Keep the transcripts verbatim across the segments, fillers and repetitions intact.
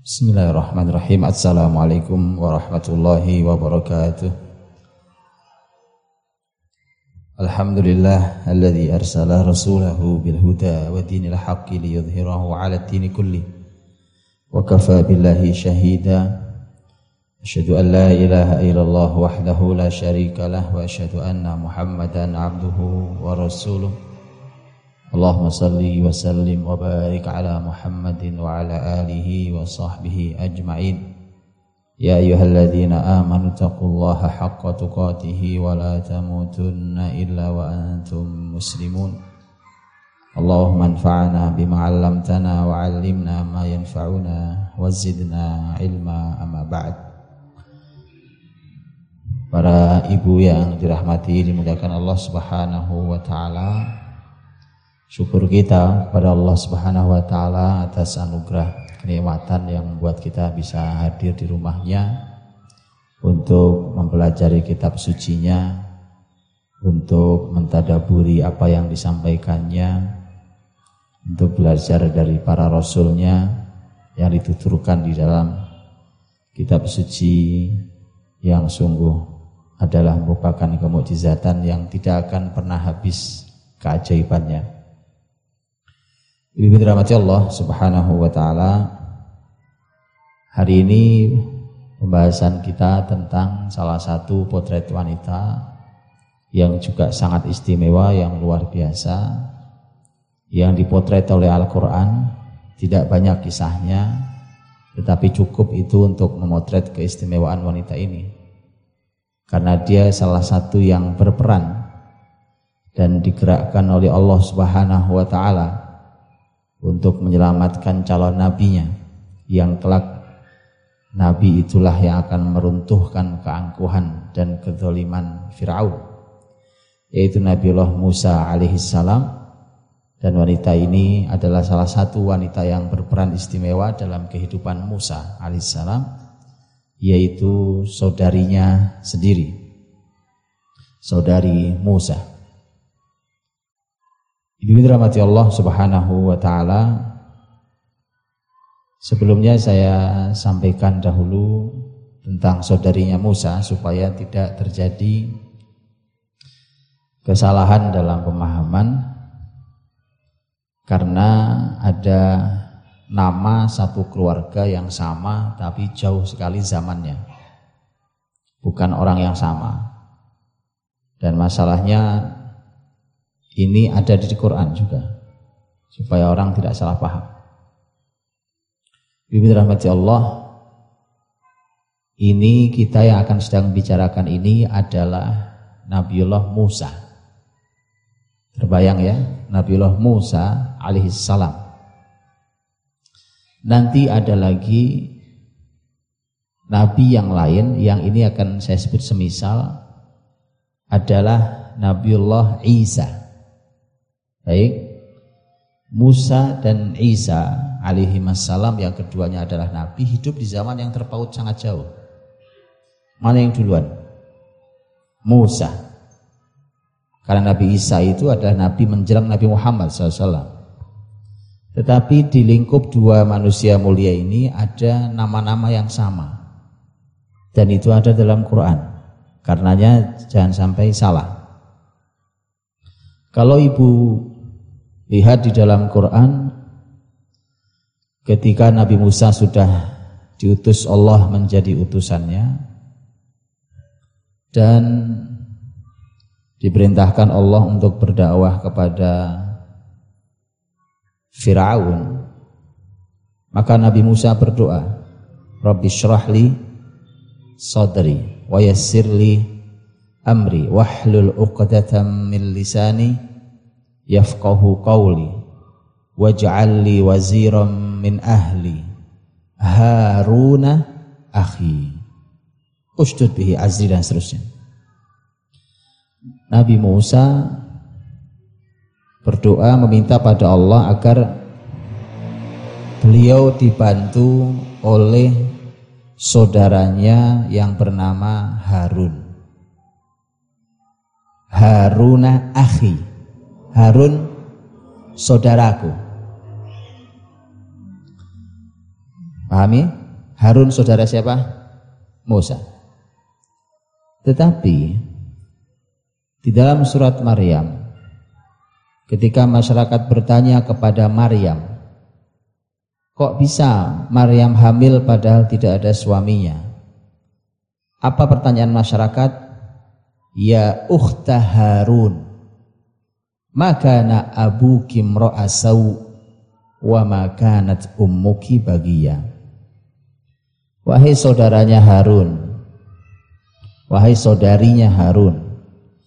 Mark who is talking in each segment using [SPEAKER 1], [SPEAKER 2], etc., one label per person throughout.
[SPEAKER 1] Bismillahirrahmanirrahim. Assalamualaikum warahmatullahi wabarakatuh. Alhamdulillah alladzi arsala rasulahu bil huda wa dinil haqqi liyudhhirahu 'ala ad-dini kulli wa kafa billahi shahida. Asyhadu an la ilaha illallah wahdahu la syarika lah wa asyhadu anna Muhammadan 'abduhu wa rasuluh. Allahumma salli wa sallim wa barik ala Muhammadin wa ala alihi wa sahbihi ajma'in. Ya ayyuhalladzina amanu taqullaha haqqa tuqatih wa la tamutunna illa wa antum muslimun. Allahumma anfa'na bima 'allamtana wa 'allimna ma yanfa'una wa zidna ilma, amma ba'd. Para ibu yang dirahmati dimuliakan Allah Subhanahu wa taala, syukur kita kepada Allah Subhanahu wa taala atas anugerah kenikmatan yang membuat kita bisa hadir di rumahnya untuk mempelajari kitab sucinya, untuk mentadaburi apa yang disampaikannya, untuk belajar dari para rasulnya yang dituturkan di dalam kitab suci yang sungguh adalah merupakan kemukjizatan yang tidak akan pernah habis keajaibannya. Ibu dirahmati Allah Subhanahu wa taala, hari ini pembahasan kita tentang salah satu potret wanita yang juga sangat istimewa, yang luar biasa, yang dipotret oleh Al-Quran. Tidak banyak kisahnya, tetapi cukup itu untuk memotret keistimewaan wanita ini, karena dia salah satu yang berperan dan digerakkan oleh Allah Subhanahu wa taala untuk menyelamatkan calon nabinya, yang kelak nabi itulah yang akan meruntuhkan keangkuhan dan kezaliman Fir'aun, yaitu Nabiullah Musa alaihissalam. Dan wanita ini adalah salah satu wanita yang berperan istimewa dalam kehidupan Musa alaihissalam, yaitu saudarinya sendiri, saudari Musa. Ibu dirahmati Allah Subhanahu wa taala, sebelumnya saya sampaikan dahulu tentang saudarinya Musa supaya tidak terjadi kesalahan dalam pemahaman, karena ada nama satu keluarga yang sama tapi jauh sekali zamannya, bukan orang yang sama. Dan masalahnya ini ada di Quran juga, supaya orang tidak salah paham. Ibu dirahmati Allah, ini kita yang akan sedang bicarakan ini adalah Nabiullah Musa. Terbayang ya, Nabiullah Musa alaihissalam. Nanti ada lagi nabi yang lain yang ini akan saya sebut semisal adalah Nabiullah Isa. Baik, Musa dan Isa alaihimassalam, yang keduanya adalah nabi, hidup di zaman yang terpaut sangat jauh. Mana yang duluan? Musa. Karena Nabi Isa itu adalah nabi menjelang Nabi Muhammad shallallahu alaihi wasallam. Tetapi di lingkup dua manusia mulia ini ada nama-nama yang sama, dan itu ada dalam Quran. Karenanya jangan sampai salah. Kalau ibu lihat di dalam Quran, ketika Nabi Musa sudah diutus Allah menjadi utusannya dan diperintahkan Allah untuk berdakwah kepada Fir'aun, maka Nabi Musa berdoa, Rabbi syrahli sadri wa yassirli amri wahlul uqdatam min lisani yafqahu qawli waj'al li waziran min ahli Haruna akhi ushdud bihi azri, dan seterusnya. Nabi Musa berdoa meminta pada Allah agar beliau dibantu oleh saudaranya yang bernama Harun. Haruna akhi, Harun saudaraku. Pahami? Harun saudara siapa? Musa. Tetapi di dalam surat Maryam, ketika masyarakat bertanya kepada Maryam, kok bisa Maryam hamil padahal tidak ada suaminya? Apa pertanyaan masyarakat? Ya ukhta Harun, makana abuki imra'a saw wa makanat ummuki bagiya. Wahai saudaranya Harun, wahai saudarinya Harun,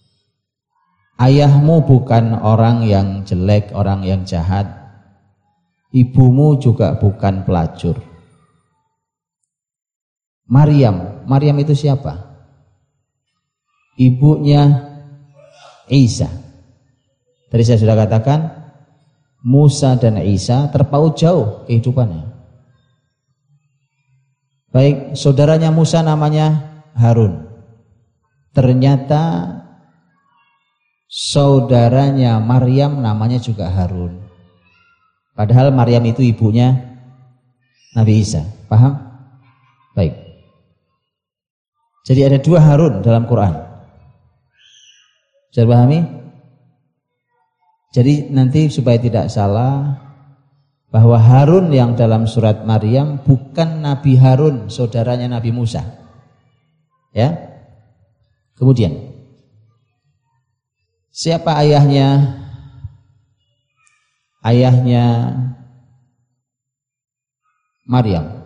[SPEAKER 1] ayahmu bukan orang yang jelek, orang yang jahat, ibumu juga bukan pelacur. Maryam, Maryam itu siapa? Ibunya Isa. Tadi saya sudah katakan Musa dan Isa terpaut jauh kehidupannya. Baik, saudaranya Musa namanya Harun. Ternyata saudaranya Maryam namanya juga Harun. Padahal Maryam itu ibunya Nabi Isa. Paham? Baik. Jadi ada dua Harun dalam Quran. Bisa pahami? Jadi nanti supaya tidak salah, bahwa Harun yang dalam surat Maryam bukan Nabi Harun, saudaranya Nabi Musa. Ya. Kemudian, siapa ayahnya? Ayahnya Maryam,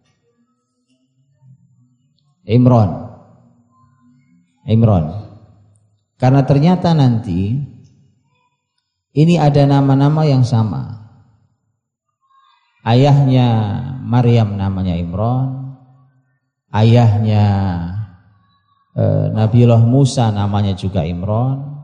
[SPEAKER 1] Imran. Imran. Karena ternyata nanti ini ada nama-nama yang sama. Ayahnya Maryam namanya Imran, ayahnya eh, Nabiullah Musa namanya juga Imran.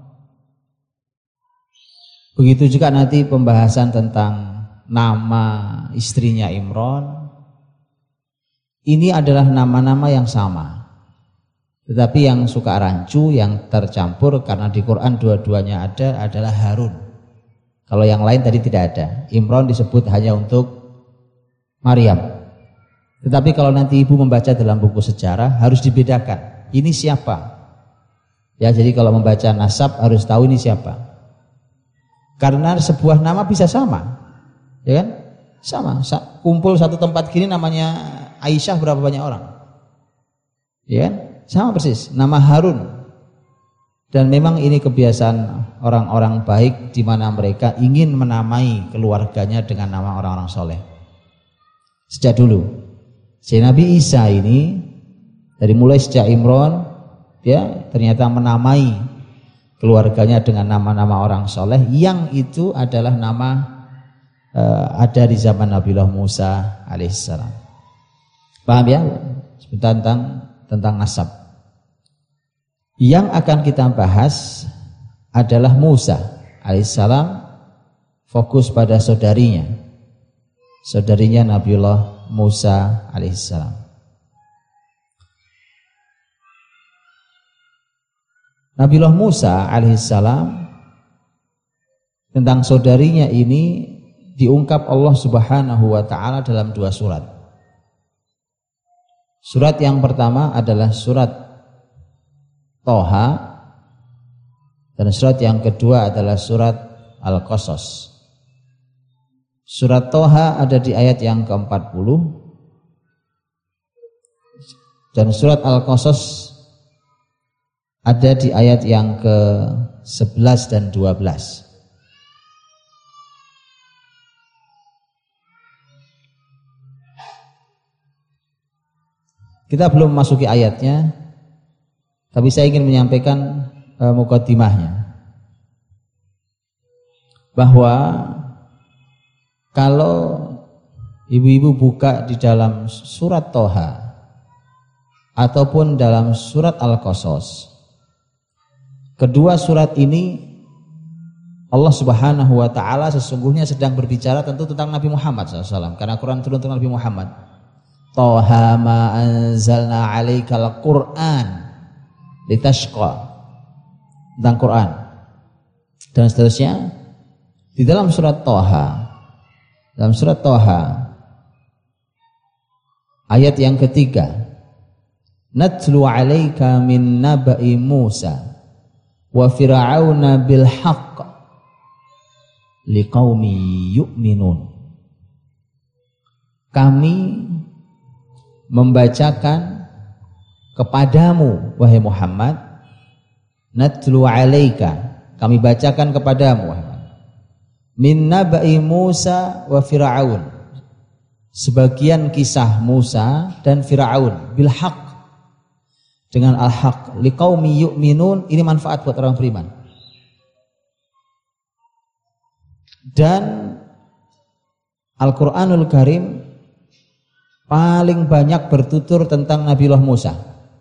[SPEAKER 1] Begitu juga nanti pembahasan tentang nama istrinya Imran. Ini adalah nama-nama yang sama. Tetapi yang suka rancu, yang tercampur karena di Quran dua-duanya ada adalah Harun. Kalau yang lain tadi tidak ada. Imran disebut hanya untuk Maryam. Tetapi kalau nanti ibu membaca dalam buku sejarah harus dibedakan. Ini siapa? Ya, jadi kalau membaca nasab harus tahu ini siapa. Karena sebuah nama bisa sama. Ya kan? Sama. Kumpul satu tempat gini namanya Aisyah berapa banyak orang? Ya kan? Sama persis. Nama Harun. Dan memang ini kebiasaan orang-orang baik di mana mereka ingin menamai keluarganya dengan nama orang-orang soleh. Sejak dulu. Si Nabi Isa ini dari mulai sejak Imran, ya ternyata menamai keluarganya dengan nama-nama orang soleh yang itu adalah nama uh, ada di zaman Nabiullah Musa alaihissalam. Paham ya? Tentang tentang nasab. Yang akan kita bahas adalah Musa alaihissalam, fokus pada saudarinya, saudarinya Nabiullah Musa alaihissalam. Nabiullah Musa alaihissalam tentang saudarinya ini diungkap Allah Subhanahu wa taala dalam dua surat. Surat yang pertama adalah surat Toha, dan surat yang kedua adalah surat Al-Qasas. Surat Toha ada di ayat yang ke empat puluh dan surat Al-Qasas ada di ayat yang ke sebelas dan dua belas. Kita belum masuki ayatnya, tapi saya ingin menyampaikan uh, mukadimahnya. Bahwa kalau ibu-ibu buka di dalam surat Toha ataupun dalam surat Al-Qasas, kedua surat ini Allah Subhanahu wa taala sesungguhnya sedang berbicara tentu tentang Nabi Muhammad shallallahu alaihi wasallam, karena Quran turun tentang Nabi Muhammad. Toha ma anzalna alaikal Qur'an litashqa, tentang Quran dan seterusnya. Di dalam surat Toha, dalam surat Toha Ayat yang ketiga, natlu 'alaika min naba'i Musa wa fir'auna bil haqq liqaumi yu'minun. Kami membacakan kepadamu wahai Muhammad, natlu 'alaika, kami bacakan kepadamu Muhammad, min naba'i Musa wa fir'aun, sebagian kisah Musa dan Fir'aun, bil haqq, dengan al-haq, liqaumi yu'minun, ini manfaat buat orang beriman. Dan Al-Qur'anul Karim paling banyak bertutur tentang Nabiullah Musa,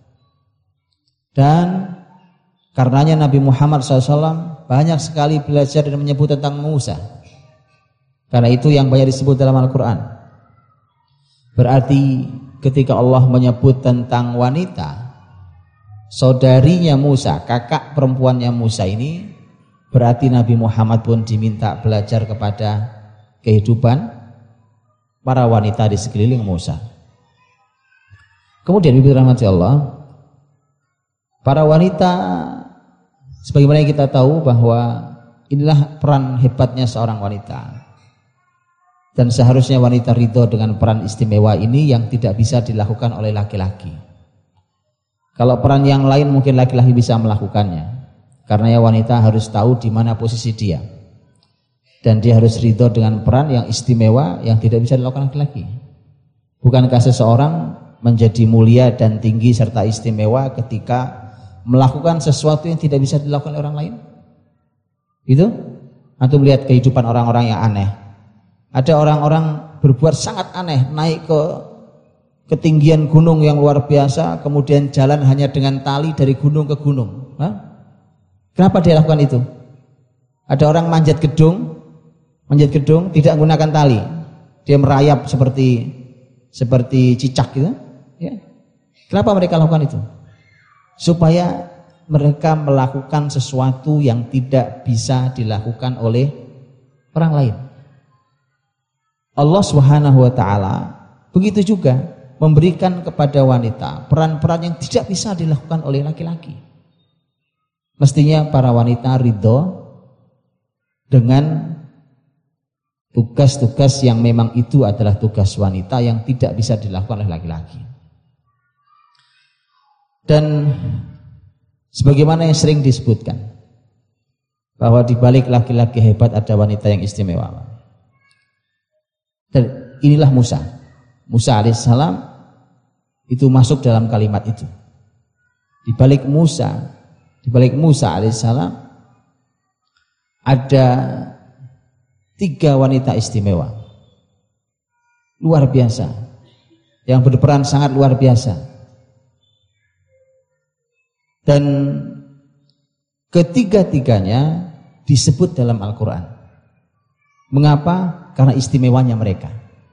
[SPEAKER 1] dan karenanya Nabi Muhammad shallallahu alaihi wasallam banyak sekali belajar dan menyebut tentang Musa, karena itu yang banyak disebut dalam Al-Quran. Berarti ketika Allah menyebut tentang wanita, saudarinya Musa, kakak perempuannya Musa ini, berarti Nabi Muhammad pun diminta belajar kepada kehidupan para wanita di sekeliling Musa. Kemudian ibu rahmati Allah, para wanita, sebagaimana yang kita tahu bahwa inilah peran hebatnya seorang wanita, dan seharusnya wanita ridho dengan peran istimewa ini yang tidak bisa dilakukan oleh laki-laki. Kalau peran yang lain mungkin laki-laki bisa melakukannya, karena ya wanita harus tahu di mana posisi dia, dan dia harus ridho dengan peran yang istimewa yang tidak bisa dilakukan laki-laki. Bukankah seseorang menjadi mulia dan tinggi serta istimewa ketika melakukan sesuatu yang tidak bisa dilakukan oleh orang lain? Itu atau melihat kehidupan orang-orang yang aneh. Ada orang-orang berbuat sangat aneh, naik ke ketinggian gunung yang luar biasa, kemudian jalan hanya dengan tali dari gunung ke gunung. Hah? Kenapa dia lakukan itu? Ada orang manjat gedung, manjat gedung tidak menggunakan tali, dia merayap seperti seperti cicak gitu. Ya. Kenapa mereka lakukan itu? Supaya mereka melakukan sesuatu yang tidak bisa dilakukan oleh orang lain. Allah Subhanahu wa taala begitu juga memberikan kepada wanita peran-peran yang tidak bisa dilakukan oleh laki-laki. Mestinya para wanita ridho dengan tugas-tugas yang memang itu adalah tugas wanita yang tidak bisa dilakukan oleh laki-laki. Dan sebagaimana yang sering disebutkan bahwa di balik laki-laki hebat ada wanita yang istimewa. Dan inilah Musa. Musa alaihissalam itu masuk dalam kalimat itu. Di balik Musa, di balik Musa alaihissalam ada tiga wanita istimewa, luar biasa, yang berperan sangat luar biasa. Dan ketiga-tiganya disebut dalam Al-Quran. Mengapa? Karena istimewanya mereka.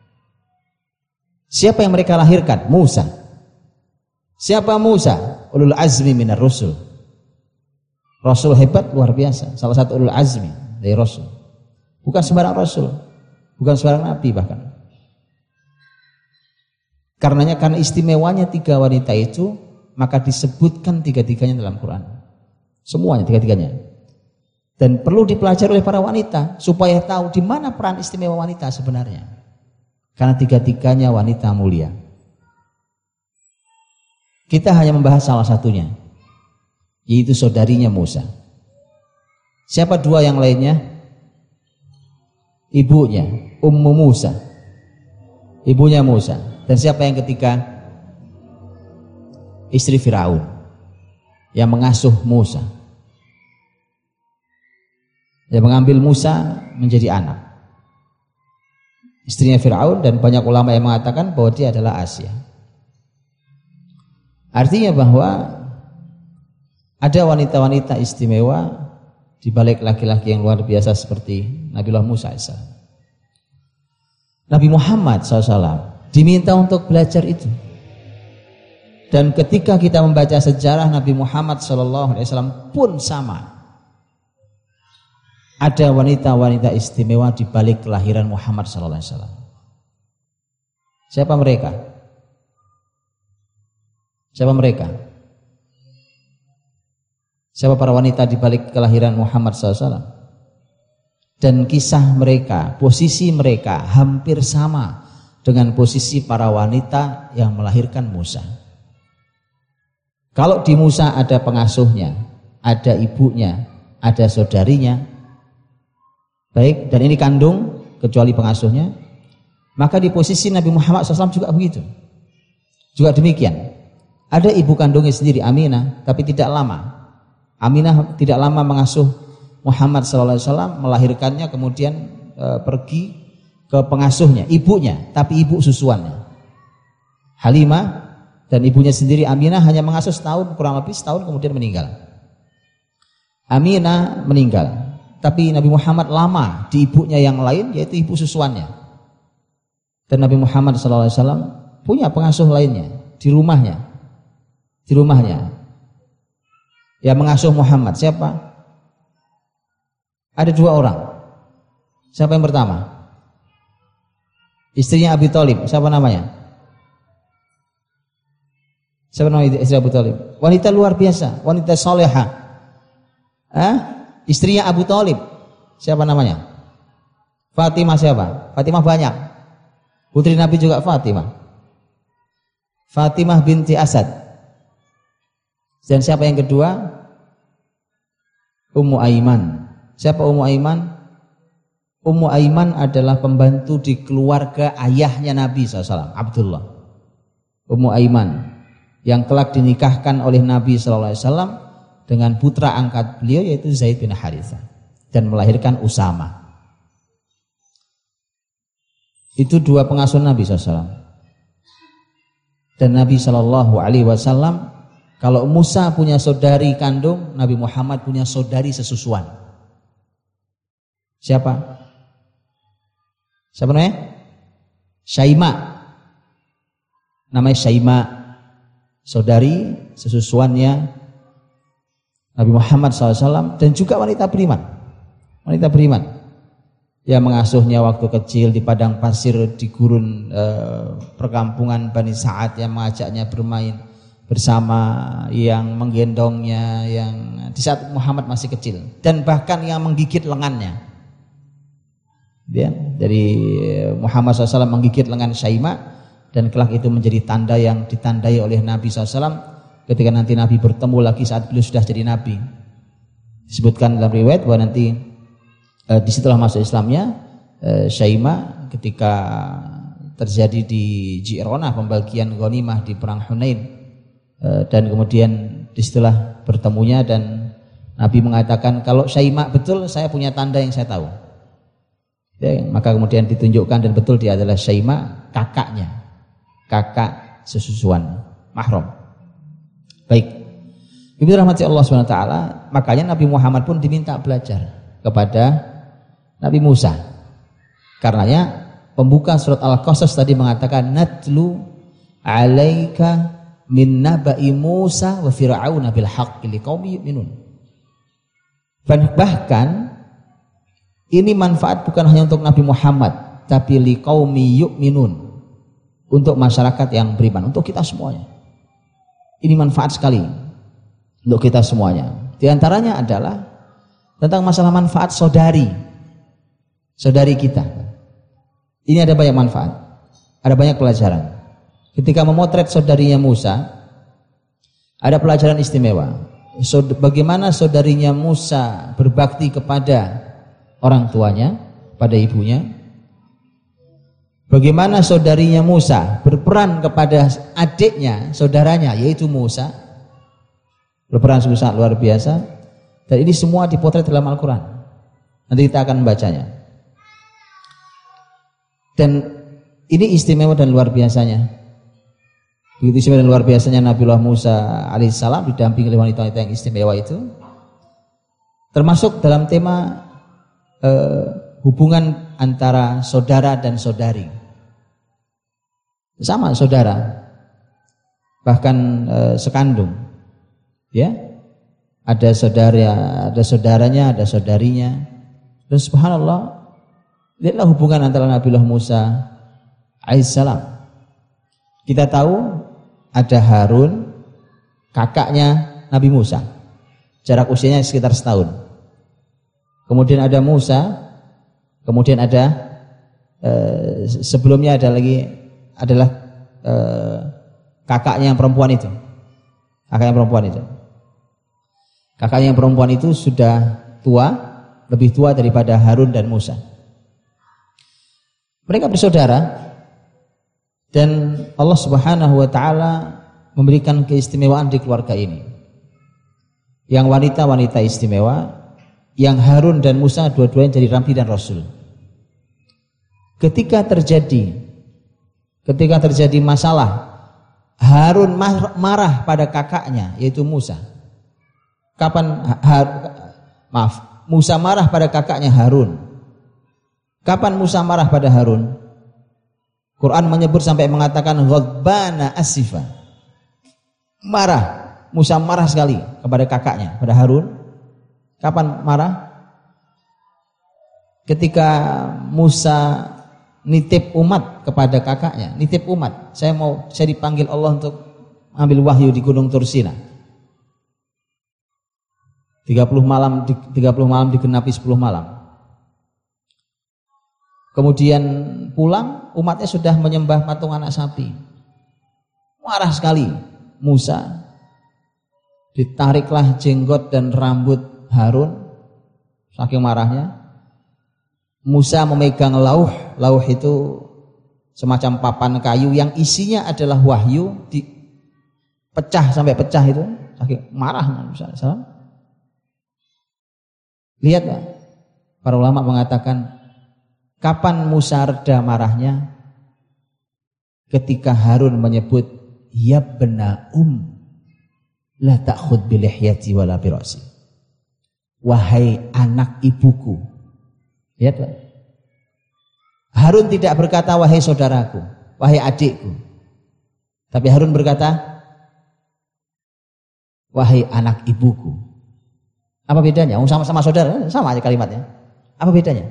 [SPEAKER 1] Siapa yang mereka lahirkan? Musa. Siapa Musa? Ulul azmi minar rusul. Rasul hebat luar biasa, salah satu ulul azmi dari Rasul. Bukan sembarang Rasul, bukan sembarang Nabi bahkan. Karenanya karena istimewanya tiga wanita itu, maka disebutkan tiga-tiganya dalam Quran. Semuanya, tiga-tiganya. Dan perlu dipelajari oleh para wanita supaya tahu di mana peran istimewa wanita sebenarnya. Karena tiga-tiganya wanita mulia. Kita hanya membahas salah satunya, yaitu saudarinya Musa. Siapa dua yang lainnya? Ibunya, Ummu Musa. Ibunya Musa. Dan siapa yang ketiga? Istri Firaun yang mengasuh Musa, yang mengambil Musa menjadi anak. Istrinya Firaun, dan banyak ulama yang mengatakan bahwa dia adalah Asia. Artinya bahwa ada wanita-wanita istimewa di balik laki-laki yang luar biasa seperti Nabiullah Musa alaihissalam. Nabi Muhammad shallallahu alaihi wasallam diminta untuk belajar itu. Dan ketika kita membaca sejarah Nabi Muhammad shallallahu alaihi wasallam pun sama. Ada wanita-wanita istimewa di balik kelahiran Muhammad shallallahu alaihi wasallam. Siapa mereka? Siapa mereka? Siapa para wanita di balik kelahiran Muhammad shallallahu alaihi wasallam? Dan kisah mereka, posisi mereka hampir sama dengan posisi para wanita yang melahirkan Musa. Kalau di Musa ada pengasuhnya, ada ibunya, ada saudarinya, baik, dan ini kandung kecuali pengasuhnya, maka di posisi Nabi Muhammad shallallahu alaihi wasallam juga begitu. Juga demikian. Ada ibu kandungnya sendiri, Aminah, tapi tidak lama. Aminah tidak lama mengasuh Muhammad shallallahu alaihi wasallam, melahirkannya kemudian e, pergi ke pengasuhnya, ibunya, tapi ibu susuannya. Halimah dan ibunya sendiri Aminah hanya mengasuh setahun, kurang lebih setahun kemudian meninggal. Aminah meninggal, tapi Nabi Muhammad lama di ibunya yang lain, yaitu ibu susuannya. Dan Nabi Muhammad shallallahu alaihi wasallam punya pengasuh lainnya di rumahnya, di rumahnya. Yang mengasuh Muhammad siapa? Ada dua orang. Siapa yang pertama? Istrinya Abi Thalib. Siapa namanya? Siapa namanya istri Abu Thalib? Wanita luar biasa, wanita salehah. Eh? Istrinya Abu Thalib. Siapa namanya? Fatimah siapa? Fatimah banyak. Putri Nabi juga Fatimah. Fatimah binti Asad. Dan siapa yang kedua? Ummu Aiman. Siapa Ummu Aiman? Ummu Aiman adalah pembantu di keluarga ayahnya Nabi shallallahu alaihi wasallam, Abdullah. Ummu Aiman yang kelak dinikahkan oleh Nabi shallallahu alaihi wasallam dengan putra angkat beliau yaitu Zaid bin Harithah dan melahirkan Usama. Itu dua pengasuh Nabi shallallahu alaihi wasallam. Dan Nabi shallallahu alaihi wasallam, kalau Musa punya saudari kandung, Nabi Muhammad punya saudari sesusuan. Siapa? Siapa namanya? Syaima. Namanya Syaima. Saudari sesusuannya Nabi Muhammad shallallahu alaihi wasallam dan juga wanita beriman. Wanita beriman yang mengasuhnya waktu kecil di padang pasir di gurun eh, perkampungan Bani Sa'ad, yang mengajaknya bermain bersama, yang menggendongnya, yang di saat Muhammad masih kecil, dan bahkan yang menggigit lengannya. Ya, dari Muhammad shallallahu alaihi wasallam menggigit lengan Syaima, dan kelak itu menjadi tanda yang ditandai oleh Nabi shallallahu alaihi wasallam ketika nanti Nabi bertemu lagi saat beliau sudah jadi Nabi. Disebutkan dalam riwayat bahwa nanti eh, disitulah masuk Islamnya eh, Syaima ketika terjadi di Ji'ronah, pembagian ghanimah di perang Hunain. Dan kemudian disitulah bertemunya, dan Nabi mengatakan kalau Syaima betul, saya punya tanda yang saya tahu. Ya, maka kemudian ditunjukkan dan betul dia adalah Syaima, kakaknya, kakak sesusuan mahram. Baik, Ibu rahmati Allah subhanahu wa taala, makanya Nabi Muhammad pun diminta belajar kepada Nabi Musa. Karenanya pembuka surat Al-Qasas tadi mengatakan natlu alaika min naba'i Musa wa Fir'auna bil haqqi liqaumi yu'minun. Bahkan ini manfaat bukan hanya untuk Nabi Muhammad, tapi liqaumi yu'minun, untuk masyarakat yang beriman, untuk kita semuanya. Ini manfaat sekali untuk kita semuanya. Di antaranya adalah tentang masalah manfaat saudari, saudari kita. Ini ada banyak manfaat, ada banyak pelajaran. Ketika memotret saudarinya Musa, ada pelajaran istimewa. Bagaimana saudarinya Musa berbakti kepada orang tuanya, pada ibunya. Bagaimana saudarinya Musa berperan kepada adiknya, saudaranya, yaitu Musa. Berperan sungguh sangat luar biasa. Dan ini semua dipotret dalam Al-Quran. Nanti kita akan membacanya. Dan ini istimewa dan luar biasanya. Begitu istimewa dan luar biasanya Nabiullah Musa alaihissalam didampingi oleh wanita-wanita yang istimewa itu, termasuk dalam tema eh, hubungan antara saudara dan saudari. Sama saudara, bahkan eh, sekandung, ya. Ada saudara, ada saudaranya, ada saudarinya. Dan subhanallah, lihatlah hubungan antara Nabiullah Musa alaihissalam. Kita tahu ada Harun, kakaknya Nabi Musa. Jarak usianya sekitar setahun. Kemudian ada Musa, kemudian ada eh, sebelumnya ada lagi adalah eh, kakaknya yang perempuan itu. Kakaknya yang perempuan itu. Kakaknya yang perempuan itu sudah tua, lebih tua daripada Harun dan Musa. Mereka bersaudara dan Allah Subhanahu wa taala memberikan keistimewaan di keluarga ini. Yang wanita-wanita istimewa, yang Harun dan Musa dua-duanya jadi nabi dan rasul. Ketika terjadi ketika terjadi masalah, Harun marah pada kakaknya yaitu Musa. Kapan Har, maaf, Musa marah pada kakaknya Harun. Kapan Musa marah pada Harun? Quran menyebut sampai mengatakan ghadbana asifa. Marah. Musa marah sekali kepada kakaknya, pada Harun. Kapan marah? Ketika Musa nitip umat kepada kakaknya, nitip umat. Saya mau saya dipanggil Allah untuk ambil wahyu di Gunung Tursina. tiga puluh malam tiga puluh malam digenapi sepuluh malam. Kemudian pulang, umatnya sudah menyembah patung anak sapi. Marah sekali Musa. Ditariklah jenggot dan rambut Harun, saking marahnya. Musa memegang lauh, lauh itu semacam papan kayu yang isinya adalah wahyu, dipecah sampai pecah itu, saking marah Musa. Lihat Pak, para ulama mengatakan kapan Musa reda marahnya? Ketika Harun menyebut ya bena um la ta'khud bi lihyati wala bi ra'si. Wahai anak ibuku. Lihat Pak. Harun tidak berkata wahai saudaraku, wahai adikku. Tapi Harun berkata wahai anak ibuku. Apa bedanya? Sama-sama saudara, sama aja kalimatnya. Apa bedanya?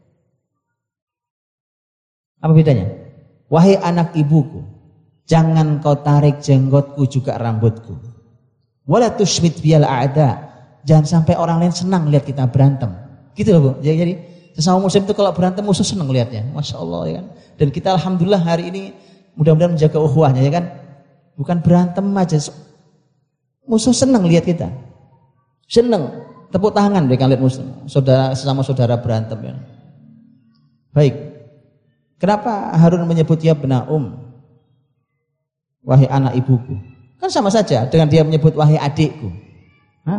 [SPEAKER 1] Apa bedanya? Wahai anak ibuku, jangan kau tarik jenggotku juga rambutku. Wala tushmit biyal a'da. Jangan sampai orang lain senang lihat kita berantem. Gitu loh Bu. Jadi, jadi sesama muslim itu kalau berantem musuh senang lihatnya. Masya Allah ya kan. Dan kita alhamdulillah hari ini mudah-mudahan menjaga ukhuwahnya ya kan. Bukan berantem aja. Musuh senang lihat kita. Senang. Tepuk tangan mereka lihat musuh. Saudara sesama saudara berantem ya. Baik. Kenapa Harun menyebut ya bena um? Wahai anak ibuku. Kan sama saja dengan dia menyebut wahai adikku. Hah?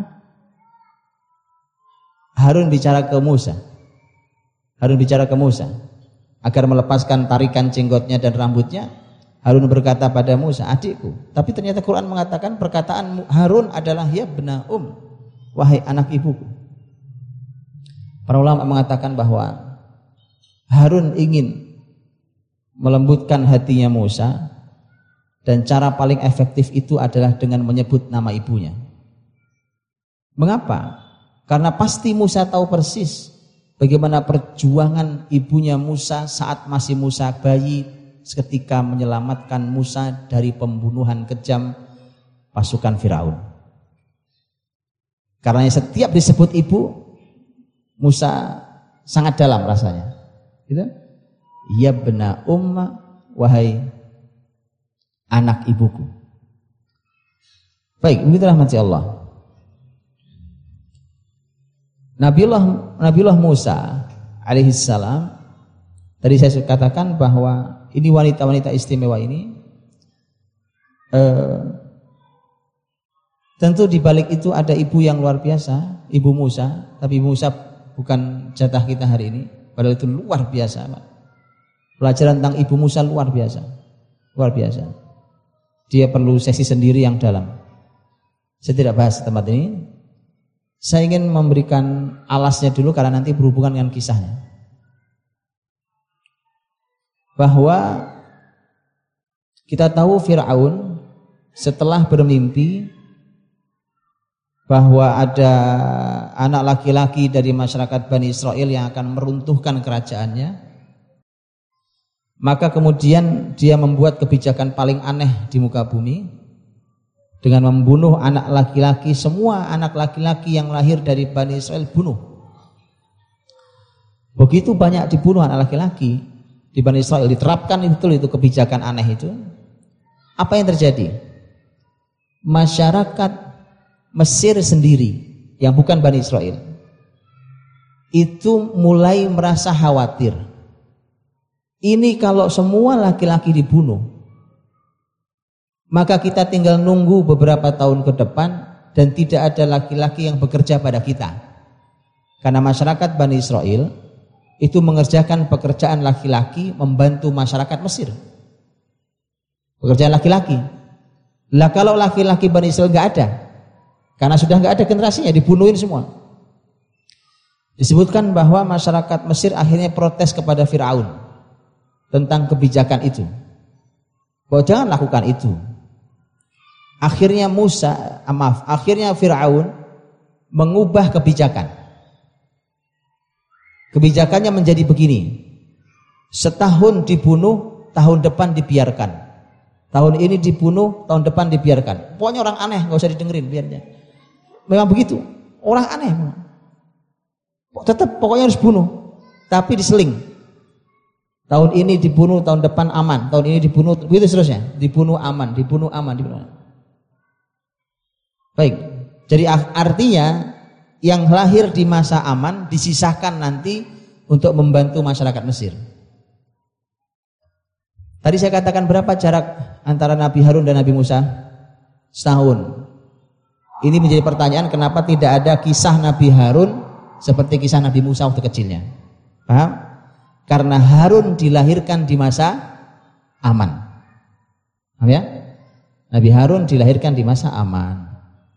[SPEAKER 1] Harun bicara ke Musa. Harun bicara ke Musa agar melepaskan tarikan jenggotnya dan rambutnya. Harun berkata pada Musa, adikku. Tapi ternyata Quran mengatakan perkataan Harun adalah ya bena um, wahai anak ibuku. Para ulama mengatakan bahwa Harun ingin melembutkan hatinya Musa. Dan cara paling efektif itu adalah dengan menyebut nama ibunya. Mengapa? Karena pasti Musa tahu persis bagaimana perjuangan ibunya Musa saat masih Musa bayi seketika menyelamatkan Musa dari pembunuhan kejam pasukan Firaun. Karena setiap disebut ibu, Musa sangat dalam rasanya. Gitu? Ya bena umma, wahai anak ibuku. Baik, begitulah rahmati Allah. Nabiullah Nabiullah Musa alaihissalam, tadi saya katakan bahwa ini wanita-wanita istimewa ini eh, tentu di balik itu ada ibu yang luar biasa, ibu Musa, tapi ibu Musa bukan jatah kita hari ini, padahal itu luar biasa Pak. Pelajaran tentang ibu Musa luar biasa. Luar biasa. Dia perlu sesi sendiri yang dalam. Saya tidak bahas tempat ini. Saya ingin memberikan alasnya dulu karena nanti berhubungan dengan kisahnya. Bahwa kita tahu Fir'aun setelah bermimpi bahwa ada anak laki-laki dari masyarakat Bani Israel yang akan meruntuhkan kerajaannya, maka kemudian dia membuat kebijakan paling aneh di muka bumi dengan membunuh anak laki-laki, semua anak laki-laki yang lahir dari Bani Israel bunuh. Begitu banyak dibunuh anak laki-laki di Bani Israel, diterapkan itu itu kebijakan aneh itu. Apa yang terjadi? Masyarakat Mesir sendiri yang bukan Bani Israel itu mulai merasa khawatir. Ini kalau semua laki-laki dibunuh, maka kita tinggal nunggu beberapa tahun ke depan dan tidak ada laki-laki yang bekerja pada kita. Karena masyarakat Bani Israel itu mengerjakan pekerjaan laki-laki membantu masyarakat Mesir. Pekerjaan laki-laki. Lah kalau laki-laki Bani Israel nggak ada, karena sudah nggak ada generasinya, dibunuhin semua. Disebutkan bahwa masyarakat Mesir akhirnya protes kepada Firaun tentang kebijakan itu, bahwa jangan lakukan itu. Akhirnya Musa, maaf, akhirnya Firaun mengubah kebijakan. Kebijakannya menjadi begini: setahun dibunuh, tahun depan dibiarkan. Tahun ini dibunuh, tahun depan dibiarkan. Pokoknya orang aneh, nggak usah didengerin, biarnya. Memang begitu, orang aneh. Tetap pokoknya harus bunuh, tapi diseling. Tahun ini dibunuh, tahun depan aman. Tahun ini dibunuh, begitu seterusnya. Dibunuh aman, dibunuh aman, dibunuh aman. Baik, jadi artinya yang lahir di masa aman disisahkan nanti untuk membantu masyarakat Mesir. Tadi saya katakan berapa jarak antara Nabi Harun dan Nabi Musa? Setahun. Ini menjadi pertanyaan, kenapa tidak ada kisah Nabi Harun seperti kisah Nabi Musa waktu kecilnya? Paham? Karena Harun dilahirkan di masa aman. Paham ya? Nabi Harun dilahirkan di masa aman.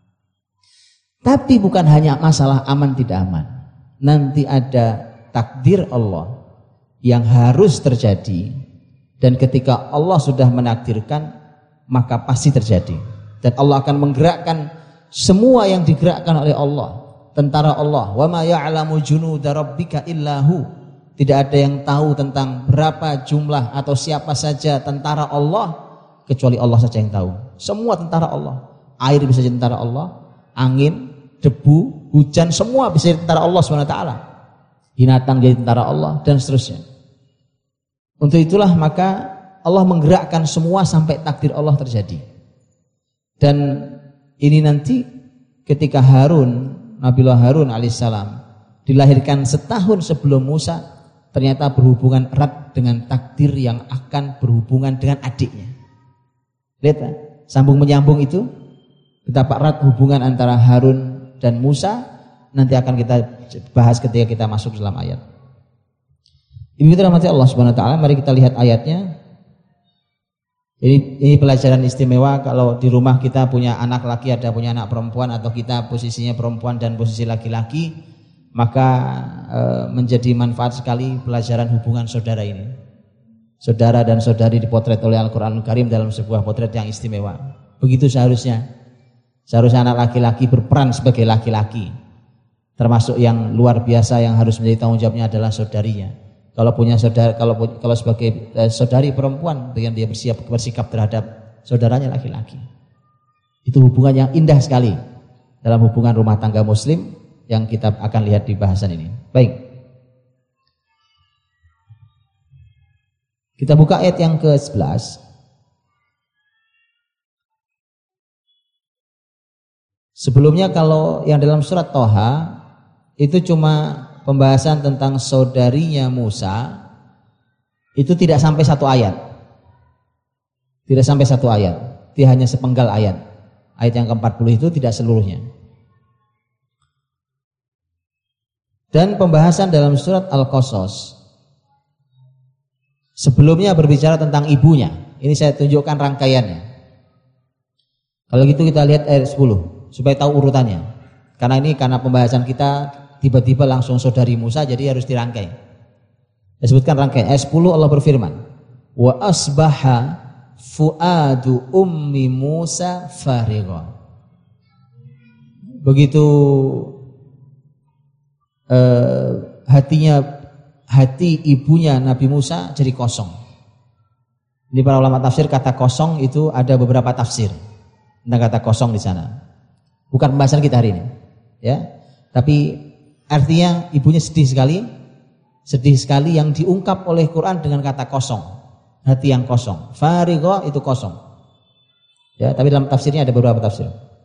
[SPEAKER 1] Tapi bukan hanya masalah aman tidak aman. Nanti ada takdir Allah yang harus terjadi, dan ketika Allah sudah menakdirkan maka pasti terjadi. Dan Allah akan menggerakkan semua yang digerakkan oleh Allah, tentara Allah. Wa ma ya'lamu junuda rabbika illahu. Tidak ada yang tahu tentang berapa jumlah atau siapa saja tentara Allah kecuali Allah saja yang tahu. Semua tentara Allah. Air bisa jadi tentara Allah, angin, debu, hujan, semua bisa jadi tentara Allah subhanahu wa taala. Binatang jadi tentara Allah dan seterusnya. Untuk itulah maka Allah menggerakkan semua sampai takdir Allah terjadi. Dan ini nanti ketika Harun, Nabiullah Harun alaihissalam dilahirkan setahun sebelum Musa, ternyata berhubungan erat dengan takdir yang akan berhubungan dengan adiknya. Lihat, sambung menyambung itu, betapa erat hubungan antara Harun dan Musa, nanti akan kita bahas ketika kita masuk dalam ayat. Ibu kita rahmati Allah subhanahu wa ta'ala, mari kita lihat ayatnya. Jadi ini pelajaran istimewa kalau di rumah kita punya anak laki, ada punya anak perempuan, atau kita posisinya perempuan dan posisi laki-laki, maka e, menjadi manfaat sekali pelajaran hubungan saudara ini. Saudara dan saudari dipotret oleh Al-Quranul Karim dalam sebuah potret yang istimewa. Begitu seharusnya. Seharusnya anak laki-laki berperan sebagai laki-laki. Termasuk yang luar biasa yang harus menjadi tanggung jawabnya adalah saudarinya. Kalau punya saudara, kalau kalau sebagai eh, saudari perempuan, dengan dia bersiap bersikap terhadap saudaranya laki-laki. Itu hubungan yang indah sekali dalam hubungan rumah tangga Muslim yang kita akan lihat di bahasan ini. Baik. Kita buka ayat yang ke sebelas. Sebelumnya kalau yang dalam surat Toha itu cuma pembahasan tentang saudarinya Musa, itu tidak sampai satu ayat. Tidak sampai satu ayat. Dia hanya sepenggal ayat. Ayat yang keempat puluh itu tidak seluruhnya. Dan pembahasan dalam surat Al-Qasas sebelumnya berbicara tentang ibunya. Ini saya tunjukkan rangkaiannya. Kalau gitu kita lihat ayat sepuluh supaya tahu urutannya. Karena ini karena pembahasan kita tiba-tiba langsung saudari Musa, jadi harus dirangkai. Saya sebutkan rangkaian. Ayat sepuluh Allah berfirman, wa asbaha fuadu ummi Musa farigha. Begitu eh, hatinya hati ibunya Nabi Musa jadi kosong. Ini para ulama tafsir kata kosong itu ada beberapa tafsir. tentang kata kosong di sana. Bukan pembahasan kita hari ini, ya. Tapi artinya ibunya sedih sekali, sedih sekali yang diungkap oleh Quran dengan kata kosong, hati yang kosong. Farigha itu kosong. Ya, tapi dalam tafsirnya ada beberapa tafsir.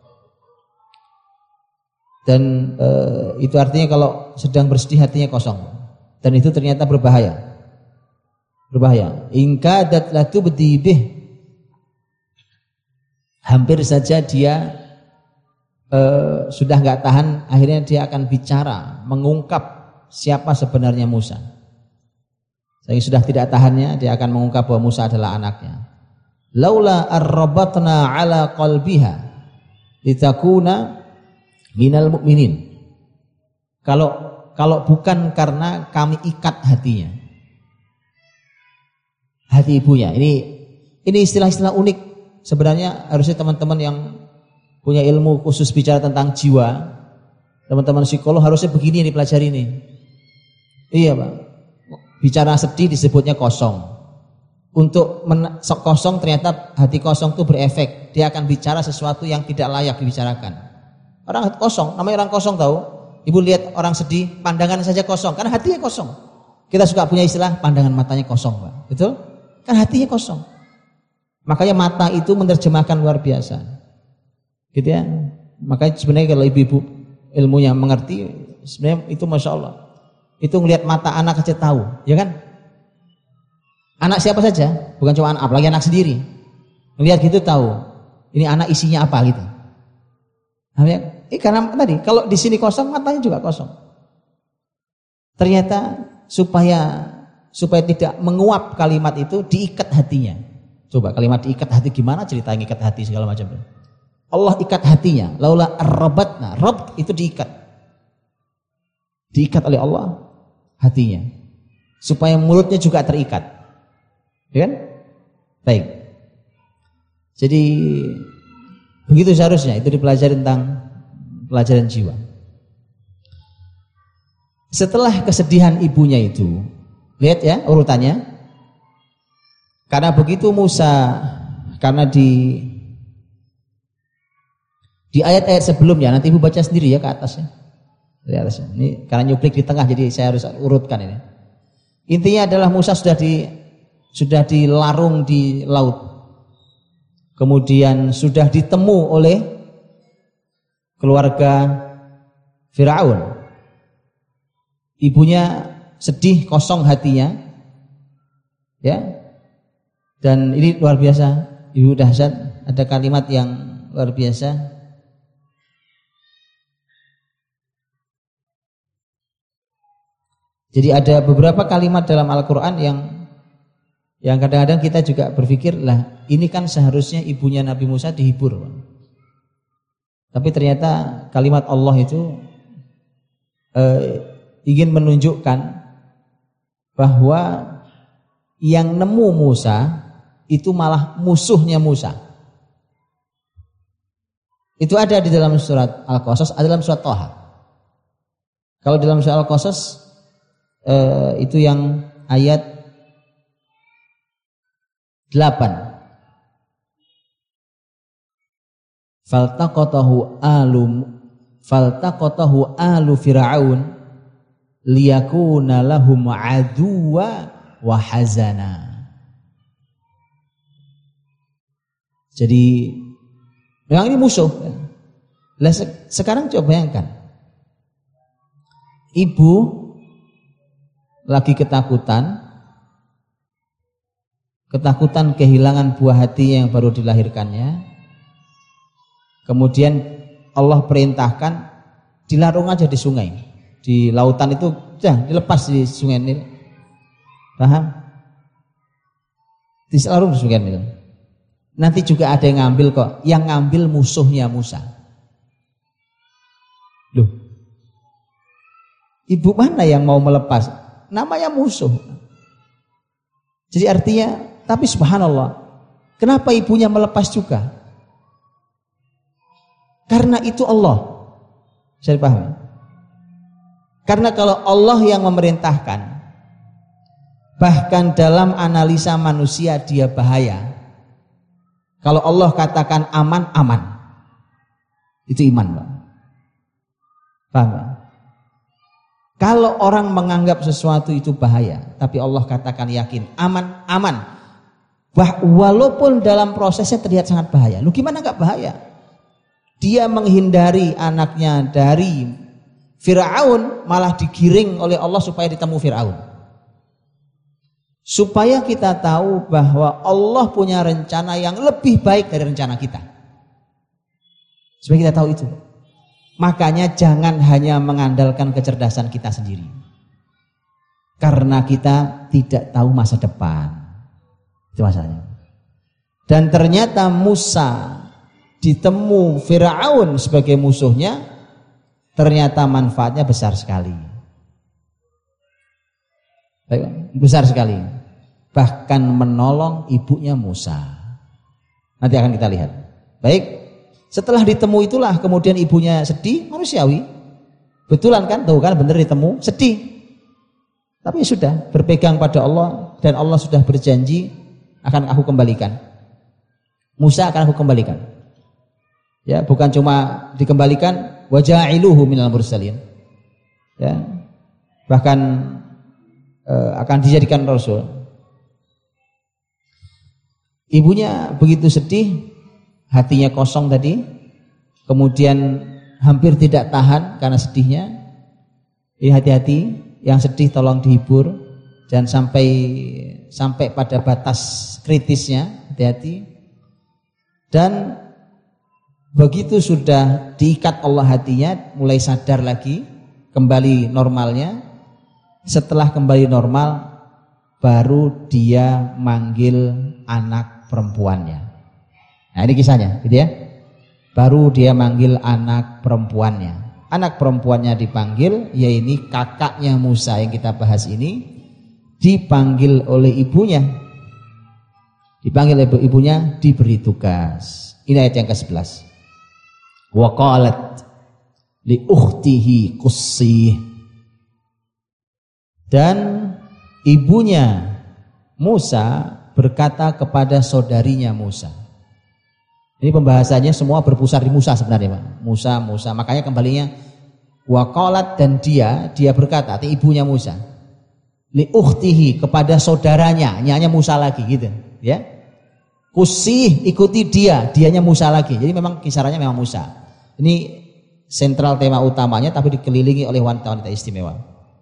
[SPEAKER 1] Dan e, itu artinya kalau sedang bersedih hatinya kosong. Dan itu ternyata berbahaya. Berbahaya. Ingkadat latu bedibih. Hampir saja dia e, sudah nggak tahan, akhirnya dia akan bicara, mengungkap siapa sebenarnya Musa. Saya sudah tidak tahannya, dia akan mengungkap bahwa Musa adalah anaknya. Laula arrabatna ala qalbiha litakuna minal mu'minin. Kalau kalau bukan karena kami ikat hatinya, hati ibunya. Ini ini istilah-istilah unik. Sebenarnya harusnya teman-teman yang punya ilmu khusus bicara tentang jiwa, teman-teman psikolog harusnya begini yang dipelajari ini. Iya Pak. Bicara sedih disebutnya kosong. Untuk men- kosong ternyata hati kosong itu berefek. Dia akan bicara sesuatu yang tidak layak dibicarakan. Orang kosong, namanya orang kosong tahu. Ibu lihat orang sedih, pandangan saja kosong, karena hatinya kosong. Kita suka punya istilah pandangan matanya kosong, Pak. Betul? Kan hatinya kosong. Makanya mata itu menerjemahkan luar biasa. Gitu ya. Makanya sebenarnya kalau ibu-ibu ilmunya mengerti, sebenarnya itu Masya Allah. Itu ngelihat mata anak aja tahu, ya kan? Anak siapa saja, bukan cuma anak, apalagi anak sendiri. Ngelihat gitu tahu, ini anak isinya apa gitu. Ya? Eh, karena tadi kalau di sini kosong, matanya juga kosong. Ternyata supaya supaya tidak menguap kalimat itu, diikat hatinya. Coba kalimat diikat hati gimana, cerita ngikat hati segala macam. Allah ikat hatinya. Laula arrabatna, rabt itu diikat. Diikat oleh Allah hatinya. Supaya mulutnya juga terikat. Ya kan? Baik. Jadi begitu seharusnya itu dipelajari tentang pelajaran jiwa. Setelah kesedihan ibunya itu, lihat ya urutannya. Karena begitu Musa, karena di di ayat-ayat sebelumnya, nanti ibu baca sendiri ya ke atasnya. Di atasnya. Ini karena nyuplik di tengah, jadi saya harus urutkan ini. Intinya adalah Musa sudah di sudah dilarung di laut. Kemudian sudah ditemu oleh keluarga Firaun. Ibunya sedih, kosong hatinya. Ya. Dan ini luar biasa, Ibu dahsyat, ada kalimat yang luar biasa. Jadi ada beberapa kalimat dalam Al-Qur'an yang yang kadang-kadang kita juga berpikir, lah ini kan seharusnya ibunya Nabi Musa dihibur. Tapi ternyata kalimat Allah itu eh, ingin menunjukkan bahwa yang nemu Musa itu malah musuhnya Musa. Itu ada di dalam surat Al-Qasas, ada dalam surat Thaha. Kalau dalam surat Al-Qasas eh, itu yang ayat delapan. Faltaqatahu alum faltaqatahu alu fir'aun liyakuna lahum aduwa wa hazana. Jadi memang ini musuh. Lah sekarang coba bayangkan. Ibu lagi ketakutan, ketakutan kehilangan buah hati yang baru dilahirkannya. Kemudian Allah perintahkan dilarung aja di sungai, di lautan itu, dah dilepas di sungai Nil. Paham? Dilarung di sungai Nil. Nanti juga ada yang ngambil kok, yang ngambil musuhnya Musa. Loh, ibu mana yang mau melepas? Namanya musuh. Jadi artinya, tapi subhanallah, kenapa ibunya melepas juga? Karena itu Allah. Bisa dipahami? Karena kalau Allah yang memerintahkan, bahkan dalam analisa manusia dia bahaya. Kalau Allah katakan aman, aman. Itu iman, Pak. Paham, Pak? Kalau orang menganggap sesuatu itu bahaya, tapi Allah katakan yakin, aman, aman. Bah, walaupun dalam prosesnya terlihat sangat bahaya. Lu gimana enggak bahaya? Dia menghindari anaknya dari Fir'aun, malah digiring oleh Allah supaya ditemu Fir'aun. Supaya kita tahu bahwa Allah punya rencana yang lebih baik dari rencana kita. Supaya kita tahu itu. Makanya jangan hanya mengandalkan kecerdasan kita sendiri. Karena kita tidak tahu masa depan. Itu masalahnya. Dan ternyata Musa ditemu Fir'aun sebagai musuhnya, ternyata manfaatnya besar sekali. Besar sekali. Bahkan menolong ibunya Musa. Nanti akan kita lihat. Baik, setelah ditemu itulah kemudian ibunya sedih, manusiawi. Betulan kan, tuh kan bener ditemu, sedih. Tapi sudah berpegang pada Allah dan Allah sudah berjanji akan aku kembalikan. Musa akan aku kembalikan. Ya, bukan cuma dikembalikan, wa ja'iluhu minal mursalin. Ya. Bahkan eh, akan dijadikan rasul. Ibunya begitu sedih, hatinya kosong tadi, kemudian hampir tidak tahan karena sedihnya. Jadi hati-hati, yang sedih tolong dihibur, jangan sampai sampai pada batas kritisnya, hati-hati. Dan begitu sudah diikat Allah hatinya, mulai sadar lagi, kembali normalnya. Setelah kembali normal, baru dia manggil anak perempuannya. Nah ini kisahnya, gitu ya. Baru dia manggil anak perempuannya. Anak perempuannya dipanggil, yaitu kakaknya Musa yang kita bahas ini, dipanggil oleh ibunya. Dipanggil oleh ibunya, diberi tugas. Ini ayat yang kesebelas. Wa qalat li ukhtihi qussih. Dan ibunya Musa berkata kepada saudarinya Musa. Ini pembahasannya semua berpusat di Musa sebenarnya, Pak. Musa, Musa. Makanya kembalinya wa qalat, dan dia, dia berkata, artinya ibunya Musa. Li ukhtihi, kepada saudaranya, nyanya Musa lagi gitu, ya. Kusih, ikuti dia, dianya Musa lagi. Jadi memang kisarannya memang Musa. Ini sentral tema utamanya, tapi dikelilingi oleh wanita-wanita istimewa.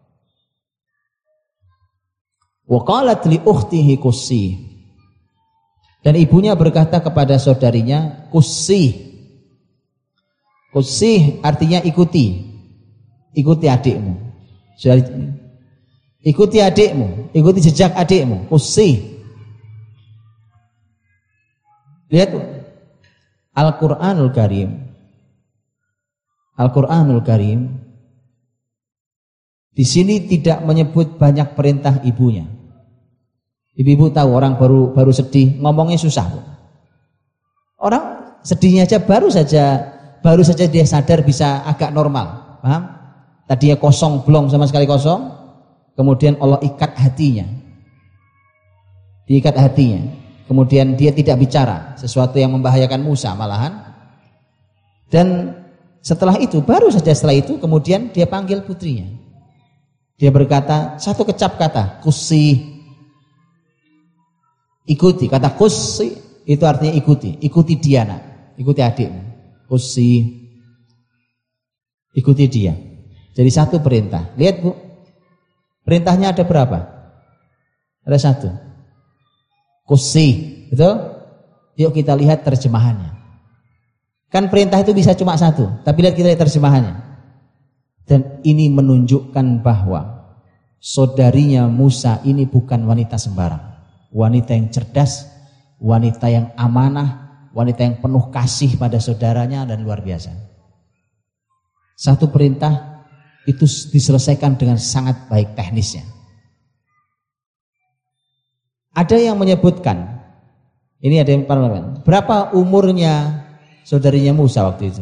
[SPEAKER 1] Wa qalat li ukhtihi kusih. Dan ibunya berkata kepada saudarinya, kusih. Kusih artinya ikuti. Ikuti adikmu. Ikuti adikmu, ikuti jejak adikmu. Kusih. Lihat Al-Qur'anul Karim. Al-Qur'anul Karim di sini tidak menyebut banyak perintah ibunya. Ibu-ibu tahu orang baru baru sedih, ngomongnya susah. Orang sedihnya aja baru saja baru saja dia sadar bisa agak normal, paham? Tadinya kosong, belum sama sekali kosong, kemudian Allah ikat hatinya. Diikat hatinya. Kemudian dia tidak bicara, sesuatu yang membahayakan Musa malahan. Dan setelah itu, baru saja setelah itu kemudian dia panggil putrinya. Dia berkata satu kecap kata, kusih. Ikuti, kata kusi itu artinya ikuti, ikuti dia nak, ikuti adikmu, kusi, ikuti dia. Jadi satu perintah. Lihat Bu, perintahnya ada berapa? Ada satu, kusi, betul? Yuk kita lihat terjemahannya. Kan perintah itu bisa cuma satu, tapi lihat kita lihat terjemahannya. Dan ini menunjukkan bahwa saudarinya Musa ini bukan wanita sembarang. Wanita yang cerdas, wanita yang amanah, wanita yang penuh kasih pada saudaranya dan luar biasa. Satu perintah itu diselesaikan dengan sangat baik teknisnya. Ada yang menyebutkan, ini ada yang parlemen, berapa umurnya saudarinya Musa waktu itu?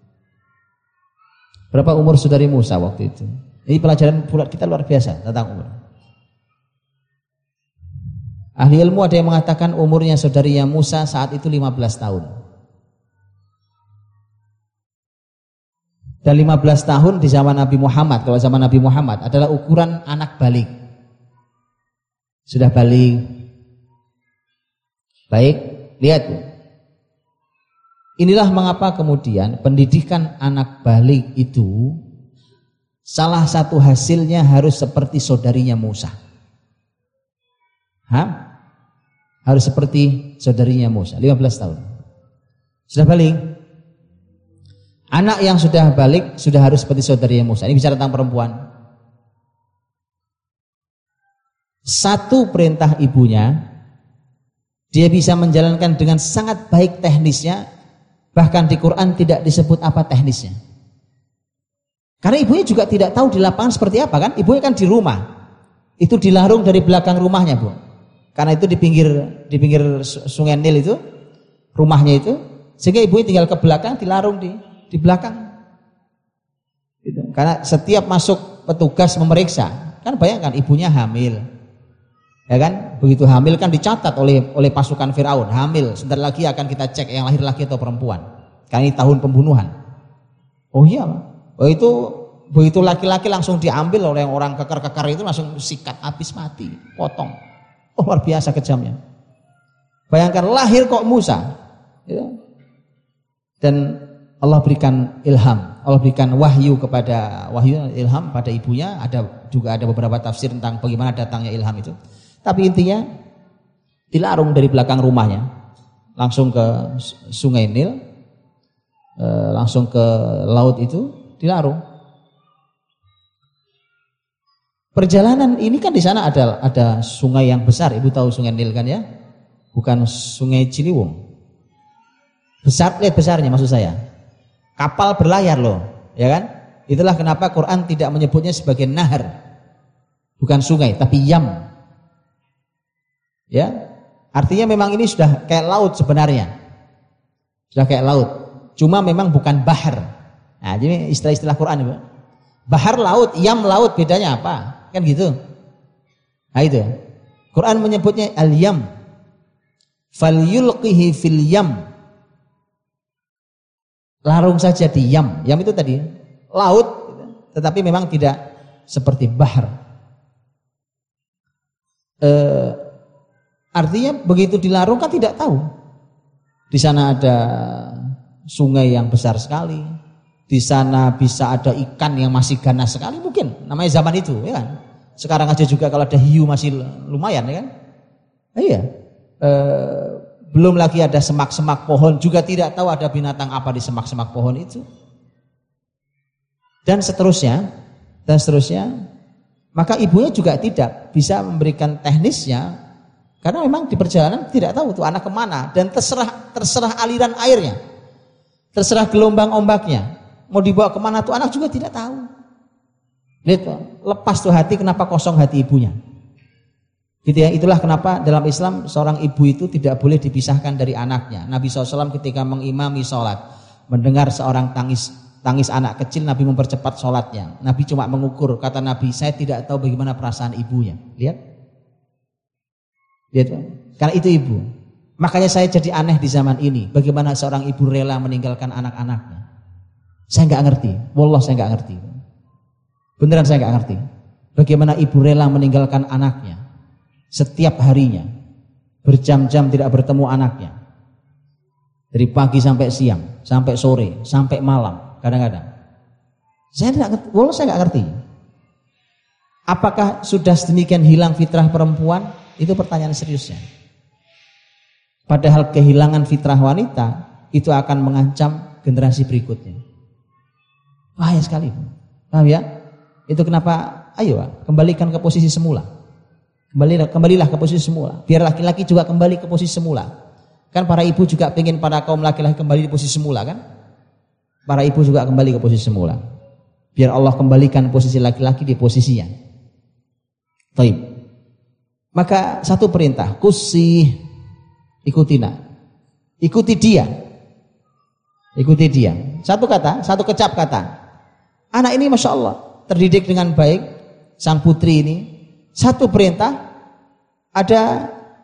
[SPEAKER 1] Berapa umur saudari Musa waktu itu? Ini pelajaran kita luar biasa tentang umur. Ahli ilmu ada yang mengatakan umurnya saudarinya Musa saat itu lima belas tahun. Dan lima belas tahun di zaman Nabi Muhammad, kalau zaman Nabi Muhammad adalah ukuran anak balik. Sudah balik. Baik, lihat. Inilah mengapa kemudian pendidikan anak balik itu salah satu hasilnya harus seperti saudarinya Musa. Hah? Harus seperti saudarinya Musa, lima belas tahun. Sudah balik. Anak yang sudah balik sudah harus seperti saudarinya Musa. Ini bicara tentang perempuan. Satu perintah ibunya, dia bisa menjalankan dengan sangat baik teknisnya. Bahkan di Quran tidak disebut apa teknisnya. Karena ibunya juga tidak tahu di lapangan seperti apa kan. Ibunya kan di rumah. Itu dilarung dari belakang rumahnya, Bu. Karena itu di pinggir di pinggir Sungai Nil itu, rumahnya itu, sehingga ibunya tinggal ke belakang, dilarung di di belakang. Gitu. Karena setiap masuk petugas memeriksa, kan bayangkan ibunya hamil, ya kan? Begitu hamil kan dicatat oleh oleh pasukan Firaun, hamil. Sebentar lagi akan kita cek yang lahir laki atau perempuan. Karena ini tahun pembunuhan. Oh iya, oh itu begitu laki-laki langsung diambil oleh orang kekar-kekar itu, langsung sikat habis mati, potong. Oh, luar biasa kejamnya. Bayangkan lahir kok Musa, gitu. Dan Allah berikan ilham, Allah berikan wahyu kepada wahyu ilham pada ibunya. Ada juga ada beberapa tafsir tentang bagaimana datangnya ilham itu. Tapi intinya dilarung dari belakang rumahnya, langsung ke Sungai Nil, langsung ke laut itu dilarung. Perjalanan ini kan di sana ada ada sungai yang besar. Ibu tahu Sungai Nil kan ya? Bukan Sungai Ciliwung. Besar, lihat besarnya maksud saya. Kapal berlayar loh, ya kan? Itulah kenapa Quran tidak menyebutnya sebagai nahar. Bukan sungai, tapi yam. Ya. Artinya memang ini sudah kayak laut sebenarnya. Sudah kayak laut. Cuma memang bukan bahar. Nah, jadi istilah-istilah Quran Ibu. Bahar laut, yam laut, bedanya apa? Kan gitu. Nah itu. Quran menyebutnya al-yam. Falyulqihi fil yam. Larung saja di yam. Yam itu tadi laut, tetapi memang tidak seperti bahar. E, artinya begitu dilarung kan tidak tahu. Di sana ada sungai yang besar sekali. Di sana bisa ada ikan yang masih ganas sekali mungkin. Namanya zaman itu, ya kan? Sekarang aja juga kalau ada hiu masih lumayan, ya kan? Nah, iya. E, belum lagi ada semak-semak pohon, juga tidak tahu ada binatang apa di semak-semak pohon itu. Dan seterusnya, dan seterusnya. Maka ibunya juga tidak bisa memberikan teknisnya, karena memang di perjalanan tidak tahu tuh anak kemana, dan terserah terserah aliran airnya, terserah gelombang ombaknya, mau dibawa kemana tuh anak juga tidak tahu. Lihat, lepas tuh hati, kenapa kosong hati ibunya? Gitu ya, itulah kenapa dalam Islam seorang ibu itu tidak boleh dipisahkan dari anaknya. Nabi shallallahu alaihi wasallam ketika mengimami sholat, mendengar seorang tangis tangis anak kecil, Nabi mempercepat sholatnya. Nabi cuma mengukur, kata Nabi, saya tidak tahu bagaimana perasaan ibunya. Lihat, lihat, karena itu ibu. Makanya saya jadi aneh di zaman ini, bagaimana seorang ibu rela meninggalkan anak-anaknya. Saya nggak ngerti, wallah saya nggak ngerti. Beneran saya nggak ngerti. Bagaimana ibu rela meninggalkan anaknya setiap harinya, berjam-jam tidak bertemu anaknya, dari pagi sampai siang, sampai sore, sampai malam, kadang-kadang. Saya tidak ngerti, wallah saya nggak ngerti. Apakah sudah sedemikian hilang fitrah perempuan? Itu pertanyaan seriusnya. Padahal kehilangan fitrah wanita itu akan mengancam generasi berikutnya. Bahaya sekali, paham ya? Itu kenapa? Ayo, kembalikan ke posisi semula. Kembalilah, kembalilah ke posisi semula. Biar laki-laki juga kembali ke posisi semula. Kan para ibu juga pengen para kaum laki-laki kembali di posisi semula kan? Para ibu juga kembali ke posisi semula. Biar Allah kembalikan posisi laki-laki di posisinya. Taib. Maka satu perintah, kusih, ikutina, ikuti dia, ikuti dia. Satu kata, satu kecap kata. Anak ini masya Allah terdidik dengan baik, sang putri ini. Satu perintah, ada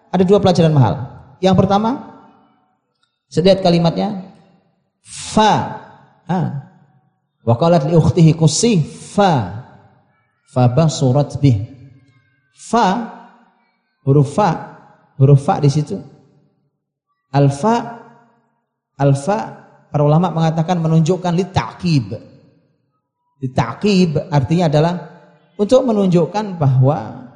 [SPEAKER 1] ada dua pelajaran mahal. Yang pertama, setiap kalimatnya fa. Ah. Wa qalat li ukhtihi qussi fa. Fa basurat bih. Fa, huruf fa, huruf fa di situ. Alfa, alfa para ulama mengatakan menunjukkan li ta'qib. Li ta'qib artinya adalah untuk menunjukkan bahwa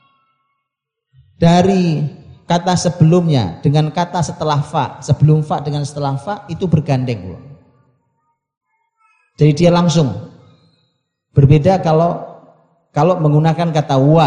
[SPEAKER 1] dari kata sebelumnya dengan kata setelah fa, sebelum fa dengan setelah fa itu bergandeng. Jadi dia langsung. Berbeda kalau kalau menggunakan kata wa,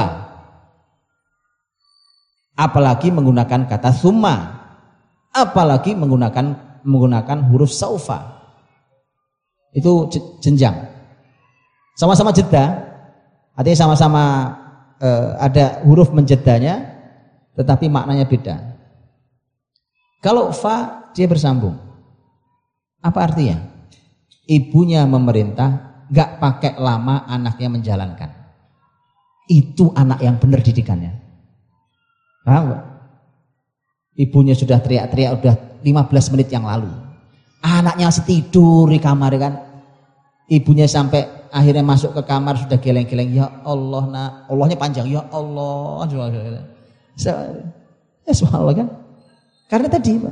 [SPEAKER 1] apalagi menggunakan kata summa, apalagi menggunakan menggunakan huruf saufa. Itu jenjang. Sama-sama jeda, artinya sama-sama eh, ada huruf menjedanya, tetapi maknanya beda. Kalau fa dia bersambung. Apa artinya? Ibunya memerintah, gak pakai lama anaknya menjalankan. Itu anak yang benar didikannya. Paham gak? Ibunya sudah teriak-teriak udah lima belas menit yang lalu. Anaknya masih tidur di kamar kan. Ibunya sampai akhirnya masuk ke kamar sudah geleng-geleng. Ya Allah, nak. Allahnya panjang. Ya Allah. Ya subhanallah kan. Karena tadi Pak.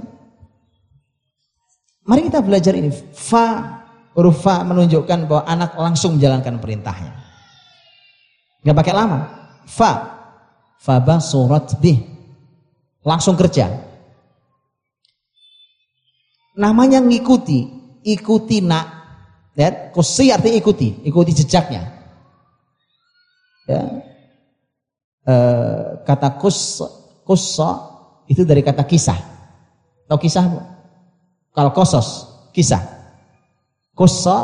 [SPEAKER 1] Mari kita belajar ini. Fa, huruf fa menunjukkan bahwa anak langsung menjalankan perintahnya. Gak pakai lama. Fa, fa basurat bih, langsung kerja. Namanya ngikuti, ikuti nak. Ya, kusi artinya ikuti, ikuti jejaknya. Ya. E, kata kus, kusso itu dari kata kisah. Tahu kisah? Kalau kosos, kisah. Kusso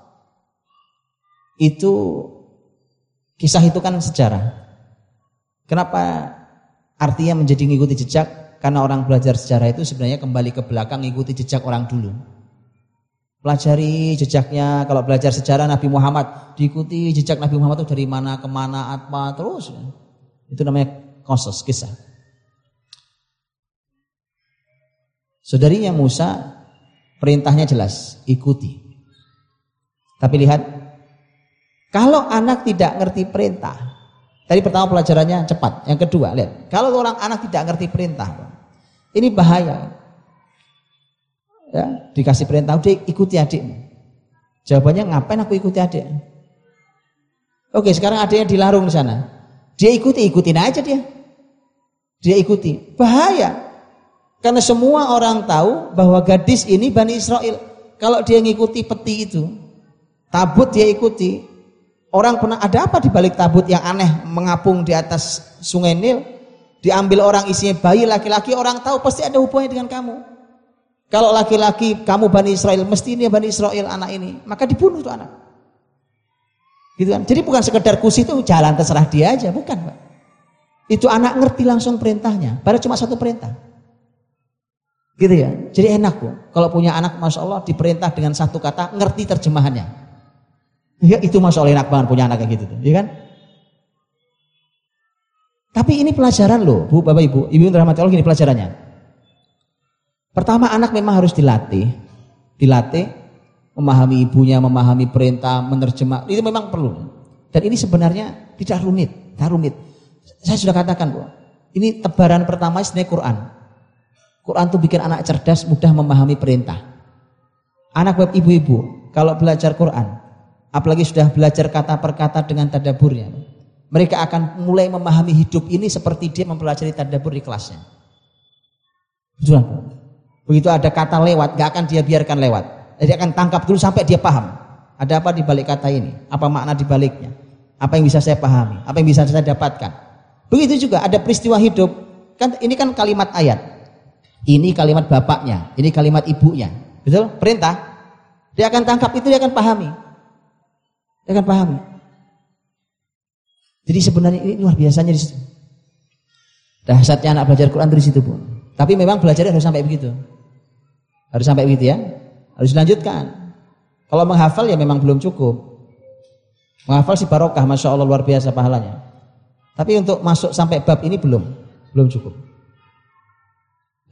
[SPEAKER 1] itu kisah itu kan sejarah. Kenapa artinya menjadi mengikuti jejak? Karena orang belajar sejarah itu sebenarnya kembali ke belakang mengikuti jejak orang dulu. Pelajari jejaknya. Kalau belajar sejarah Nabi Muhammad, diikuti jejak Nabi Muhammad itu dari mana ke mana, apa terus. Itu namanya kosos, kisah. Saudarinya Musa perintahnya jelas, ikuti. Tapi lihat, kalau anak tidak ngerti perintah, tadi pertama pelajarannya cepat. Yang kedua, lihat, kalau orang anak tidak ngerti perintah, ini bahaya. Ya, dikasih perintah, udah ikuti adikmu. Jawabannya, ngapain aku ikuti adik? Oke, sekarang adiknya dilarung di sana. Dia ikuti, ikutin aja dia. Dia ikuti. Bahaya. Karena semua orang tahu bahwa gadis ini Bani Israel. Kalau dia ngikuti peti itu, tabut dia ikuti. Orang pernah ada apa di balik tabut yang aneh mengapung di atas Sungai Nil? Diambil orang isinya bayi laki-laki, orang tahu pasti ada hubungannya dengan kamu. Kalau laki-laki kamu Bani Israel, mesti ini Bani Israel anak ini, maka dibunuh tuh anak. Gitu kan? Jadi bukan sekedar kusi itu jalan terserah dia aja, bukan Pak. Itu anak ngerti langsung perintahnya, padahal cuma satu perintah. Gitu ya. Jadi enak Bu. Kalau punya anak Masya Allah diperintah dengan satu kata, ngerti terjemahannya. Ya itu Masya Allah enak banget punya anak kayak gitu tuh, ya kan? Tapi ini pelajaran loh, Bu, Bapak, Ibu. Ibu rahmati Allah, ini pelajarannya. Pertama, anak memang harus dilatih. Dilatih memahami ibunya, memahami perintah, menerjemah. Itu memang perlu. Dan ini sebenarnya tidak rumit, tidak rumit. Saya sudah katakan, Bu. Ini tebaran pertama sebenarnya Quran. Quran itu bikin anak cerdas, mudah memahami perintah. Anak Bapak Ibu-ibu, kalau belajar Quran, apalagi sudah belajar kata per kata dengan tadaburnya, mereka akan mulai memahami hidup ini seperti dia mempelajari tadabur di kelasnya. Betul. Begitu ada kata lewat, gak akan dia biarkan lewat. Dia akan tangkap dulu sampai dia paham. Ada apa di balik kata ini? Apa makna di baliknya? Apa yang bisa saya pahami? Apa yang bisa saya dapatkan? Begitu juga ada peristiwa hidup. Kan ini kan kalimat ayat. Ini kalimat bapaknya, ini kalimat ibunya. Betul? Perintah. Dia akan tangkap itu, dia akan pahami. Dia akan pahami. Jadi sebenarnya ini luar biasanya di situ. Dahsyatnya anak belajar Quran dari situ, Bu. Tapi memang belajarnya harus sampai begitu. Harus sampai begitu ya. Harus dilanjutkan. Kalau menghafal ya memang belum cukup. Menghafal si barokah, Masya Allah luar biasa pahalanya. Tapi untuk masuk sampai bab ini belum, belum cukup.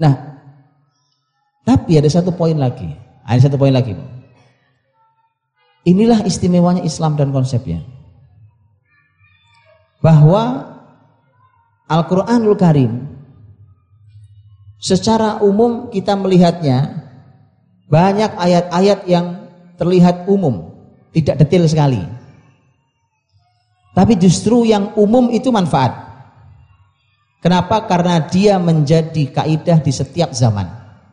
[SPEAKER 1] Nah, tapi ada satu poin lagi. Ada satu poin lagi. Inilah istimewanya Islam dan konsepnya. Bahwa Al-Quranul Karim secara umum kita melihatnya banyak ayat-ayat yang terlihat umum, tidak detail sekali. Tapi justru yang umum itu manfaat. Kenapa? Karena dia menjadi kaidah di setiap zaman.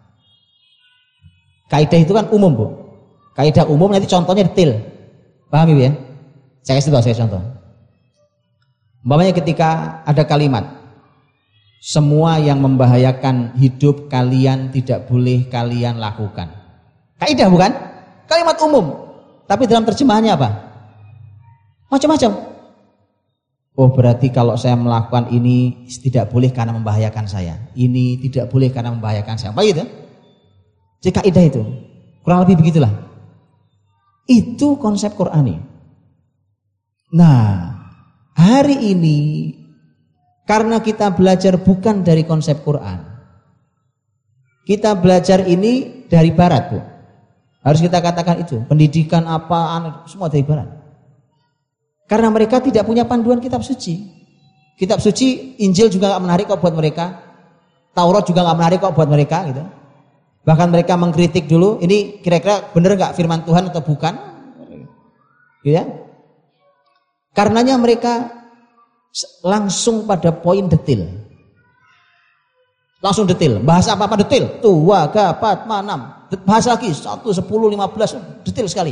[SPEAKER 1] Kaidah itu kan umum, Bu. Kaidah umum nanti contohnya detail. Paham Ibu ya? Saya kasih contoh, saya contoh. Umpamanya ketika ada kalimat, semua yang membahayakan hidup kalian tidak boleh kalian lakukan. Kaidah bukan? Kalimat umum. Tapi dalam terjemahannya apa? Macam-macam. Oh, berarti kalau saya melakukan ini tidak boleh karena membahayakan saya. Ini tidak boleh karena membahayakan saya. Apa gitu? Jadi kaidah itu. Kurang lebih begitulah. Itu konsep Qur'ani. Nah, hari ini karena kita belajar bukan dari konsep Quran. Kita belajar ini dari barat, Bu. Harus kita katakan itu, pendidikan apa semua dari barat. Karena mereka tidak punya panduan kitab suci. Kitab suci, Injil juga gak menarik kok buat mereka. Taurat juga gak menarik kok buat mereka gitu. Bahkan mereka mengkritik dulu, ini kira-kira benar gak firman Tuhan atau bukan? Gitu ya. Karenanya mereka langsung pada poin detail. Langsung detail. Bahasa apa-apa detail. Tua, gapat, manam. Bahas lagi satu, sepuluh, lima belas. Detail sekali.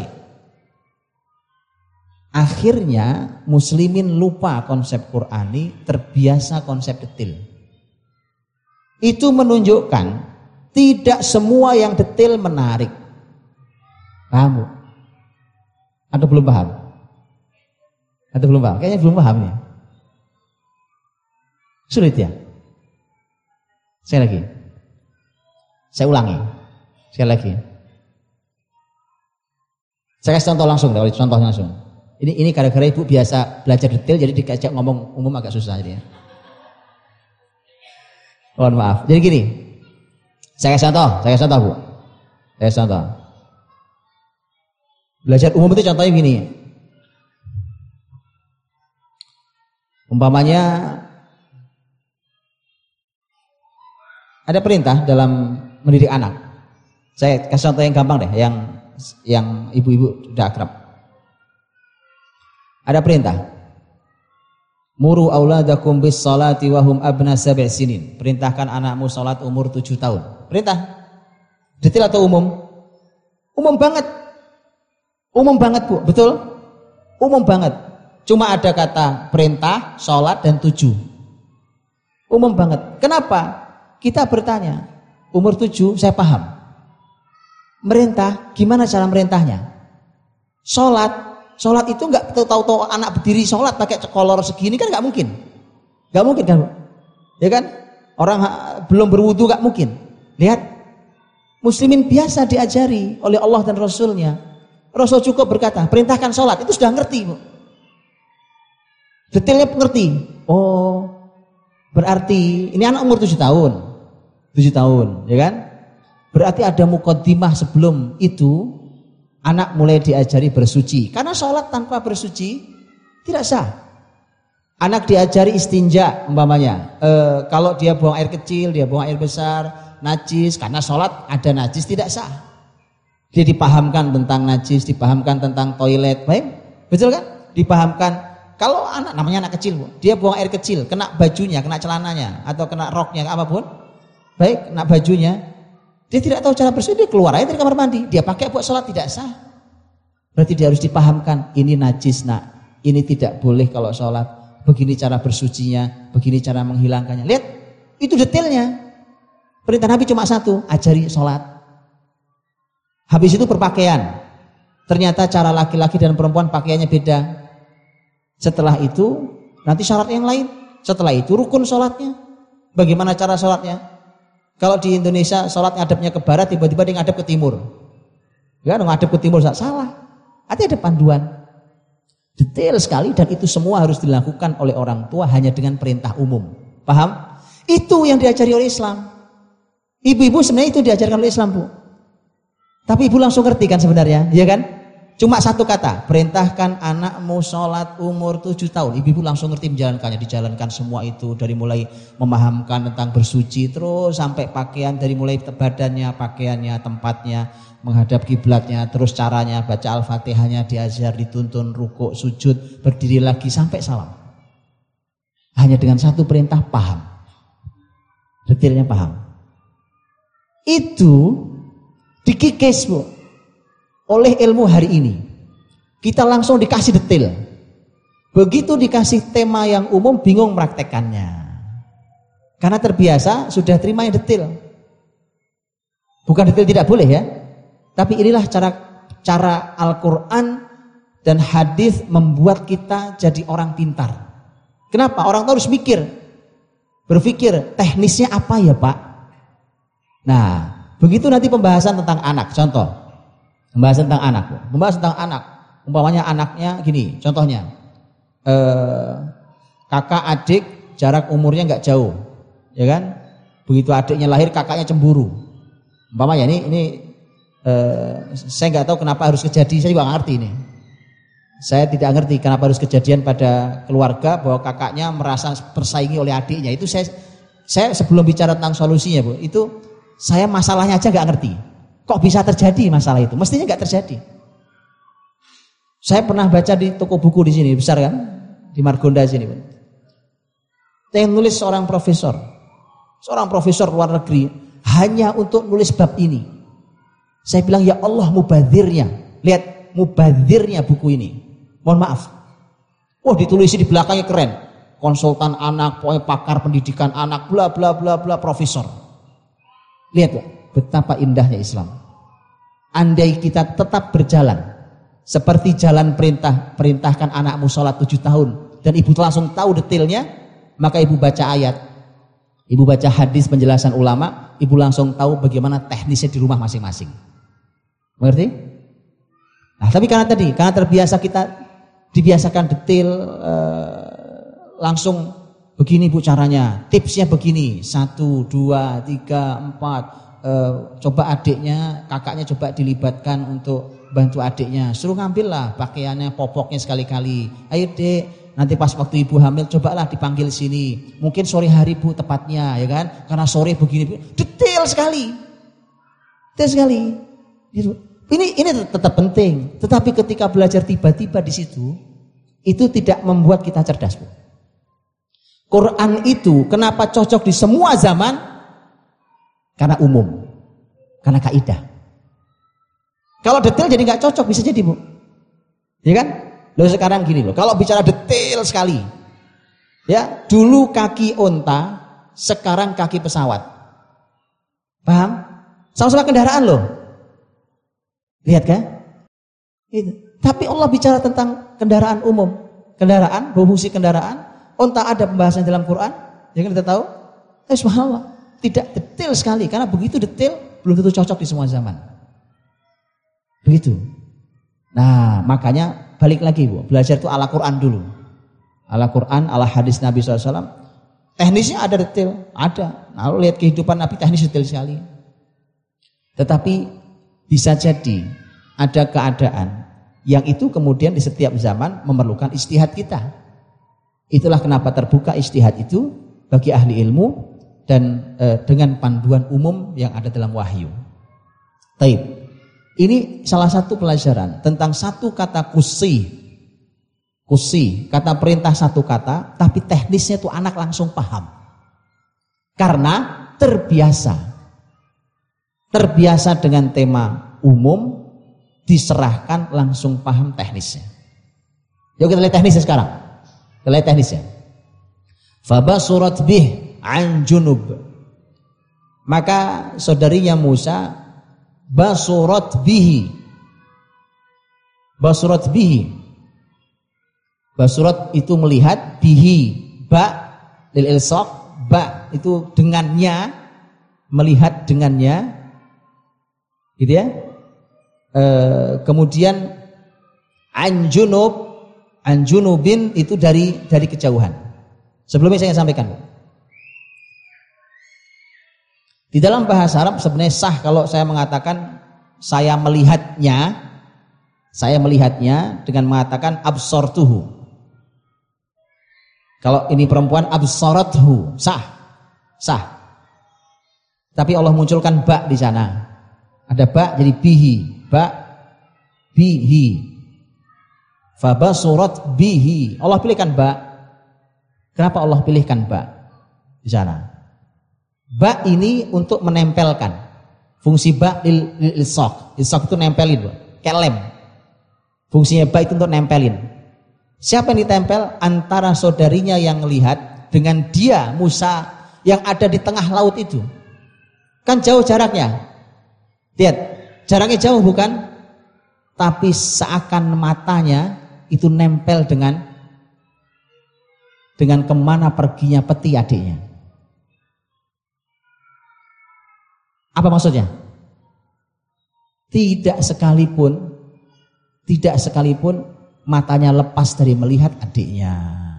[SPEAKER 1] Akhirnya muslimin lupa konsep Qur'ani, terbiasa konsep detail. Itu menunjukkan tidak semua yang detail menarik. Paham, Bu? Atau belum paham? Atau belum paham? Kayaknya belum paham ya. Sulit ya. Sekali lagi. Saya ulangi. Sekali lagi. Saya kasih contoh langsung, contoh langsung. Ini ini gara-gara Ibu biasa belajar detail jadi dikajak ngomong umum agak susah jadi ya. Mohon maaf. Jadi gini. Saya kasih contoh, saya kasih contoh, Bu. Saya kasih contoh. Belajar umum itu contohnya gini. Umpamanya ada perintah dalam mendidik anak. Saya kasih contoh yang gampang deh, yang yang ibu-ibu udah akrab. Ada perintah. Muru auladakum bis salati wa hum abna sab'i sinin. Perintahkan anakmu salat umur tujuh tahun. Perintah. Detail atau umum? Umum banget. Umum banget, Bu. Betul? Umum banget. Cuma ada kata perintah, salat dan tujuh. Umum banget. Kenapa? Kita bertanya. Umur tujuh saya paham. Merintah, gimana cara merintahnya? Salat. Sholat itu nggak tahu-tahu anak berdiri sholat pakai kolor segini kan nggak mungkin, nggak mungkin kan, ya kan? Orang belum berwudu nggak mungkin. Lihat, muslimin biasa diajari oleh Allah dan Rasulnya. Rasul cukup berkata, perintahkan sholat itu sudah ngerti, Bu. Detailnya ngerti. Oh, berarti ini anak umur tujuh tahun, tujuh tahun, ya kan? Berarti ada muqaddimah sebelum itu. Anak mulai diajari bersuci. Karena sholat tanpa bersuci tidak sah. Anak diajari istinja umpamanya. E, kalau dia buang air kecil, dia buang air besar, najis. Karena sholat ada najis tidak sah. Dia dipahamkan tentang najis, dipahamkan tentang toilet. Baik? Betul kan? Dipahamkan. Kalau anak, namanya anak kecil, dia buang air kecil, kena bajunya, kena celananya, atau kena roknya, apapun. Baik, kena bajunya. Dia tidak tahu cara bersih, dia keluar aja dari kamar mandi. Dia pakai buat sholat tidak sah. Berarti dia harus dipahamkan, ini najis nak, ini tidak boleh kalau sholat. Begini cara bersucinya, begini cara menghilangkannya. Lihat, itu detailnya. Perintah Nabi cuma satu, ajari sholat. Habis itu berpakaian. Ternyata cara laki-laki dan perempuan pakaiannya beda. Setelah itu, nanti syarat yang lain. Setelah itu rukun sholatnya. Bagaimana cara sholatnya? Kalau di Indonesia sholat ngadepnya ke barat, tiba-tiba dia ngadep ke timur. Ya, ngadep ke timur salah. Artinya ada panduan. Detail sekali dan itu semua harus dilakukan oleh orang tua hanya dengan perintah umum. Paham? Itu yang diajari oleh Islam. Ibu-ibu sebenarnya itu diajarkan oleh Islam, Bu. Tapi ibu langsung ngerti kan sebenarnya, ya kan? Cuma satu kata, perintahkan anakmu sholat umur tujuh tahun. Ibu-ibu langsung ngerti menjalankannya, dijalankan semua itu dari mulai memahamkan tentang bersuci terus sampai pakaian, dari mulai badannya, pakaiannya, tempatnya, menghadap kiblatnya, terus caranya baca Al-Fatihahnya diajar, dituntun rukuk, sujud, berdiri lagi sampai salam. Hanya dengan satu perintah paham. Detailnya paham. Itu dikikis, Bu, oleh ilmu hari ini. Kita langsung dikasih detail. Begitu dikasih tema yang umum bingung meraktekannya. Karena terbiasa sudah terima yang detail. Bukan detail tidak boleh ya. Tapi inilah cara cara Al-Quran dan hadis membuat kita jadi orang pintar. Kenapa? Orang harus mikir. Berpikir teknisnya apa ya Pak? Nah, begitu nanti pembahasan tentang anak. Contoh. Pembahasan tentang anak, pembahasan tentang anak. Umpamanya anaknya gini, contohnya eh, kakak adik jarak umurnya nggak jauh, ya kan? Begitu adiknya lahir kakaknya cemburu. Umpamanya ini ini eh, saya nggak tahu kenapa harus kejadian, saya juga nggak ngerti ini. Saya tidak ngerti kenapa harus kejadian pada keluarga bahwa kakaknya merasa persaingi oleh adiknya. Itu saya saya sebelum bicara tentang solusinya, Bu, itu saya masalahnya aja nggak ngerti. Kok bisa terjadi masalah itu? Mestinya nggak terjadi. Saya pernah baca di toko buku di sini, besar kan? Di Margonda sini. Yang nulis seorang profesor. Seorang profesor luar negeri. Hanya untuk nulis bab ini. Saya bilang, ya Allah, mubadzirnya. Lihat, mubadzirnya buku ini. Mohon maaf. Wah, ditulis di belakangnya keren. Konsultan anak, pokoknya pakar pendidikan anak, bla bla bla bla, profesor. Lihat, Pak. Betapa indahnya Islam. Andai kita tetap berjalan seperti jalan perintah, perintahkan anakmu sholat tujuh tahun, dan ibu langsung tahu detailnya, maka ibu baca ayat, ibu baca hadis penjelasan ulama, ibu langsung tahu bagaimana teknisnya di rumah masing-masing. Mengerti? Nah, tapi karena tadi, karena terbiasa kita dibiasakan detail, eh, langsung begini Bu caranya, tipsnya begini, satu, dua, tiga, empat. Uh, coba adiknya, kakaknya coba dilibatkan untuk bantu adiknya. Suruh ngambillah pakaiannya, popoknya sekali-kali. Ayo Dek, nanti pas waktu ibu hamil cobalah dipanggil sini. Mungkin sore hari Bu tepatnya, ya kan? Karena sore begini, detail sekali. Detail sekali. Gitu. Ini ini tetap penting. Tetapi ketika belajar tiba-tiba di situ, itu tidak membuat kita cerdas, Bu. Quran itu kenapa cocok di semua zaman? Karena umum, karena kaidah. Kalau detail jadi nggak cocok, bisa jadi Bu, ya kan? Loh sekarang gini loh, kalau bicara detail sekali, ya dulu kaki onta, sekarang kaki pesawat, paham? Sama-sama kendaraan loh, lihat kan? Itu. Tapi Allah bicara tentang kendaraan umum, kendaraan, berfungsi kendaraan, onta ada pembahasan dalam Quran, ya kan kita tahu? Eh, subhanallah. Tidak detail sekali, karena begitu detail belum tentu cocok di semua zaman. Begitu. Nah, makanya balik lagi Bu, belajar itu ala Quran dulu. Ala Quran, ala hadis Nabi shallallahu alaihi wasallam. Teknisnya ada detail, ada. Nah, lihat kehidupan Nabi teknis detail sekali. Tetapi bisa jadi ada keadaan yang itu kemudian di setiap zaman memerlukan ijtihad kita. Itulah kenapa terbuka ijtihad itu bagi ahli ilmu dan e, dengan panduan umum yang ada dalam wahyu. Taib. Ini salah satu pelajaran tentang satu kata kusi. Kusi, kata perintah satu kata, tapi teknisnya itu anak langsung paham. Karena terbiasa. Terbiasa dengan tema umum, diserahkan langsung paham teknisnya. Yuk kita lihat teknisnya sekarang. Kita lihat teknisnya. Fabasurat bih an junub, maka saudarinya Musa basurat bihi, basurat bihi, basurat itu melihat, bihi ba lil ilsaq, ba itu dengannya, melihat dengannya, gitu ya. E, kemudian an junub, an junubin itu dari dari kejauhan. Sebelumnya saya sampaikan, Di dalam bahasa Arab sebenarnya sah kalau saya mengatakan saya melihatnya, saya melihatnya dengan mengatakan absortuhu. Kalau ini perempuan absorathu, sah, sah. Tapi Allah munculkan ba di sana. Ada ba jadi bihi, ba bihi. Fabasurat bihi. Allah pilihkan ba. Kenapa Allah pilihkan ba di sana? Ba ini untuk menempelkan. Fungsi ba lil ilsaq. Ilsaq itu nempelin, kayak lem. Fungsinya ba itu untuk nempelin. Siapa yang ditempel? Antara saudarinya yang melihat dengan dia Musa yang ada di tengah laut itu. Kan jauh jaraknya. Lihat, jaraknya jauh bukan? Tapi seakan matanya itu nempel dengan dengan kemana perginya peti adiknya. Apa maksudnya? Tidak sekalipun, tidak sekalipun matanya lepas dari melihat adiknya.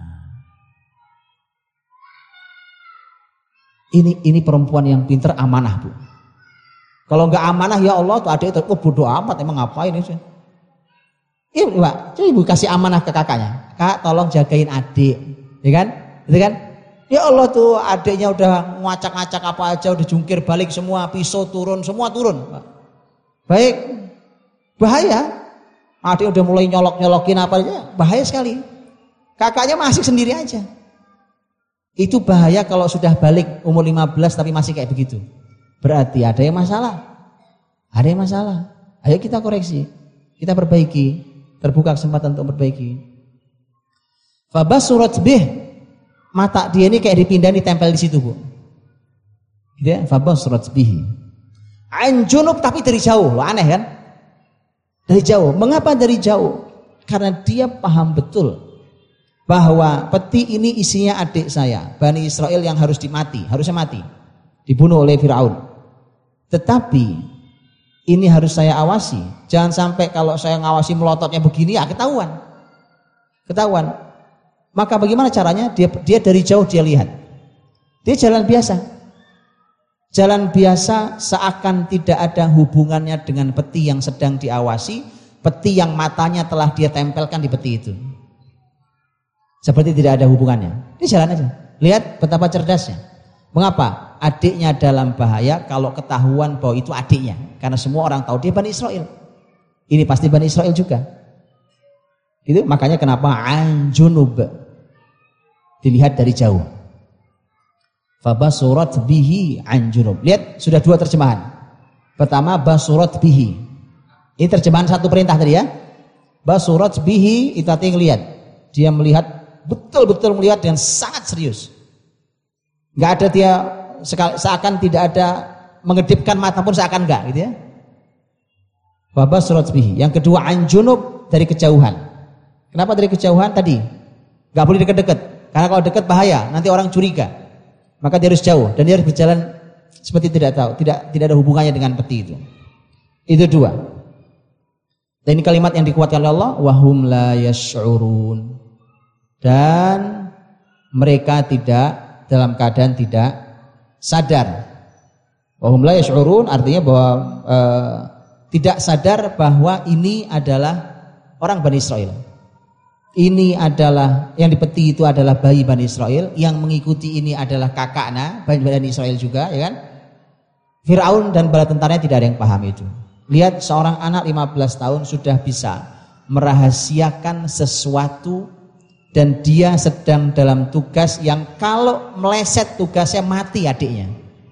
[SPEAKER 1] Ini ini perempuan yang pintar, amanah, Bu. Kalau nggak amanah, ya Allah, tuh adik itu, oh bodoh amat, emang ngapain itu? Iya, Pak, coba Ibu kasih amanah ke kakaknya. Kak, tolong jagain adik, ya kan? Gitu kan? Ya Allah, tuh adiknya udah ngacak-ngacak apa aja, udah jungkir balik semua, pisau turun, semua turun. Baik, bahaya. Adik udah mulai nyolok-nyolokin apa aja, bahaya sekali. Kakaknya masih sendiri aja. Itu bahaya kalau sudah balik umur lima belas tapi masih kayak begitu. Berarti ada yang masalah. Ada yang masalah. Ayo kita koreksi, kita perbaiki. Terbuka kesempatan untuk perbaiki. Fabasurat bih. Mata dia ini kayak dipindah, ditempel di situ, Bu. Gitu ya, fabasurat bihi. An junub, tapi dari jauh. Loh, aneh kan? Dari jauh. Mengapa dari jauh? Karena dia paham betul bahwa peti ini isinya adik saya, Bani Israel yang harus dimati, harusnya mati, dibunuh oleh Firaun. Tetapi ini harus saya awasi. Jangan sampai kalau saya ngawasi melototnya begini, ya ketahuan. Ketahuan. Maka bagaimana caranya? Dia dia dari jauh dia lihat. Dia jalan biasa. Jalan biasa seakan tidak ada hubungannya dengan peti yang sedang diawasi, peti yang matanya telah dia tempelkan di peti itu. Seperti tidak ada hubungannya. Dia jalan aja. Lihat betapa cerdasnya. Mengapa? Adiknya dalam bahaya kalau ketahuan bahwa itu adiknya. Karena semua orang tahu dia Bani Israel. Ini pasti Bani Israel juga. Itu makanya kenapa anjunub dilihat dari jauh. Fabasurat bihi anjunub. Lihat sudah dua terjemahan. Pertama basurat bihi. Ini terjemahan satu perintah tadi ya. Basurat bihi itu artinya lihat. Dia melihat betul-betul melihat dengan sangat serius. Enggak ada dia seakan tidak ada mengedipkan mata pun seakan enggak gitu ya. Fabasurat bihi. Yang kedua anjunub dari kejauhan. Kenapa dari kejauhan tadi? Gak boleh dekat-dekat. Karena kalau dekat bahaya, nanti orang curiga. Maka dia harus jauh dan dia harus berjalan seperti tidak tahu, tidak tidak ada hubungannya dengan peti itu. Itu dua. Dan ini kalimat yang dikuatkan oleh Allah, wahum la yash'urun. Dan mereka tidak dalam keadaan tidak sadar. Wahum la yash'urun artinya bahwa eh, tidak sadar bahwa ini adalah orang Bani Israel. Ini adalah yang di peti itu adalah bayi Bani Israel, yang mengikuti ini adalah kakaknya Bani Israel juga, ya kan? Firaun dan bala tentaranya tidak ada yang paham itu. Lihat seorang anak lima belas tahun sudah bisa merahasiakan sesuatu dan dia sedang dalam tugas yang kalau meleset tugasnya mati adiknya.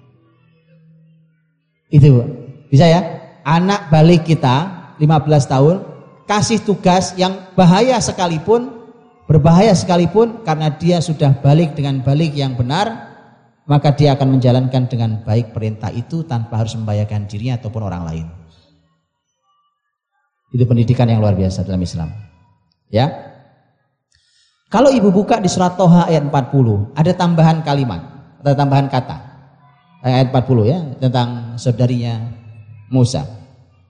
[SPEAKER 1] Itu bisa ya? Anak balik kita lima belas tahun kasih tugas yang bahaya sekalipun, berbahaya sekalipun, karena dia sudah balik dengan balik yang benar, maka dia akan menjalankan dengan baik perintah itu tanpa harus membahayakan dirinya ataupun orang lain. Itu pendidikan yang luar biasa dalam Islam. Ya. Kalau Ibu buka di surat Toha ayat empat puluh, ada tambahan kalimat, ada tambahan kata. Ayat empat puluh ya, tentang saudarinya Musa.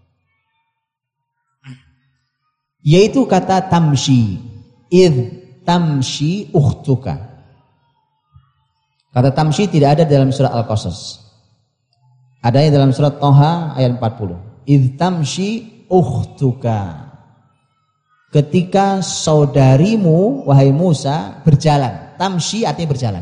[SPEAKER 1] Yaitu kata tamshi, id tamshi ukhtuka. Kata tamshi tidak ada dalam surah Al-Qasas. Ada yang dalam surat Thaha ayat empat puluh. Idh tamshi ukhtuka. Ketika saudarimu wahai Musa berjalan. Tamshi artinya berjalan.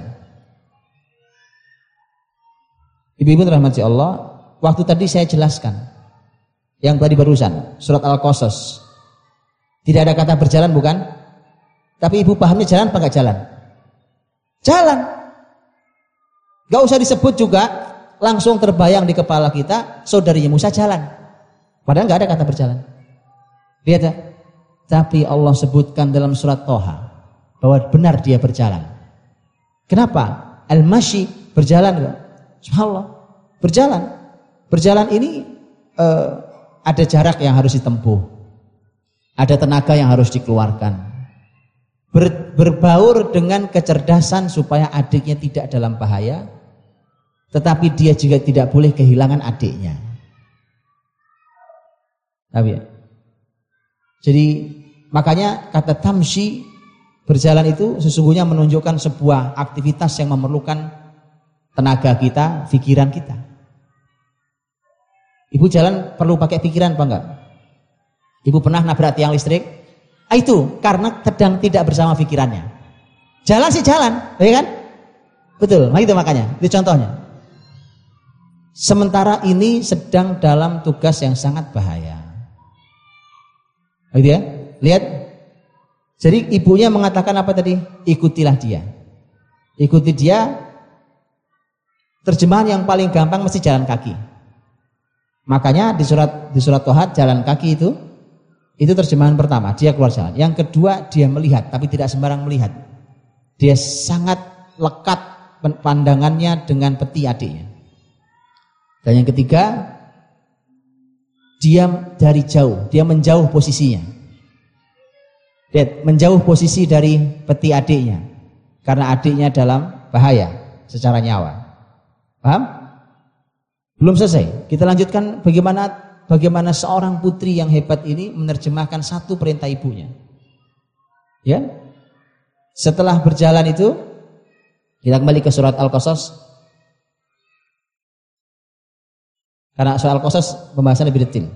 [SPEAKER 1] Ibu-ibu rahmati Allah, waktu tadi saya jelaskan yang tadi barusan surat Al-Qasas. Tidak ada kata berjalan bukan? Tapi ibu pahamnya jalan apa enggak jalan? Jalan. Gak usah disebut juga, langsung terbayang di kepala kita saudarinya Musa jalan. Padahal enggak ada kata berjalan. Lihat ya. Tapi Allah sebutkan dalam surat Thaha bahwa benar dia berjalan. Kenapa? Al-masyi, berjalan. Subhanallah, berjalan. Berjalan ini uh, ada jarak yang harus ditempuh. Ada tenaga yang harus dikeluarkan. Ber, berbaur dengan kecerdasan supaya adiknya tidak dalam bahaya, tetapi dia juga tidak boleh kehilangan adiknya. Tapi ya. Jadi makanya kata tamshi, berjalan itu sesungguhnya menunjukkan sebuah aktivitas yang memerlukan tenaga kita, pikiran kita. Ibu jalan perlu pakai pikiran apa enggak? Ibu pernah nabrak tiang listrik? Ah, itu karena sedang tidak bersama pikirannya. Jalan sih jalan, ya kan? Betul, nah itu makanya, itu contohnya. Sementara ini sedang dalam tugas yang sangat bahaya. Gitu ya? Lihat. Jadi ibunya mengatakan apa tadi? Ikutilah dia. Ikuti dia. Terjemahan yang paling gampang mesti jalan kaki. Makanya di surat di surat Thaha jalan kaki itu itu terjemahan pertama, dia keluar jalan. Yang kedua dia melihat, tapi tidak sembarang melihat. Dia sangat lekat pandangannya dengan peti adiknya. Dan yang ketiga, dia dari jauh, dia menjauh posisinya. Lihat, menjauh posisi dari peti adiknya. Karena adiknya dalam bahaya secara nyawa. Paham? Belum selesai. Kita lanjutkan bagaimana bagaimana seorang putri yang hebat ini menerjemahkan satu perintah ibunya. Ya. Setelah berjalan itu, kita kembali ke surat Al-Qasas. Karena surat Al-Qasas pembahasan lebih detail.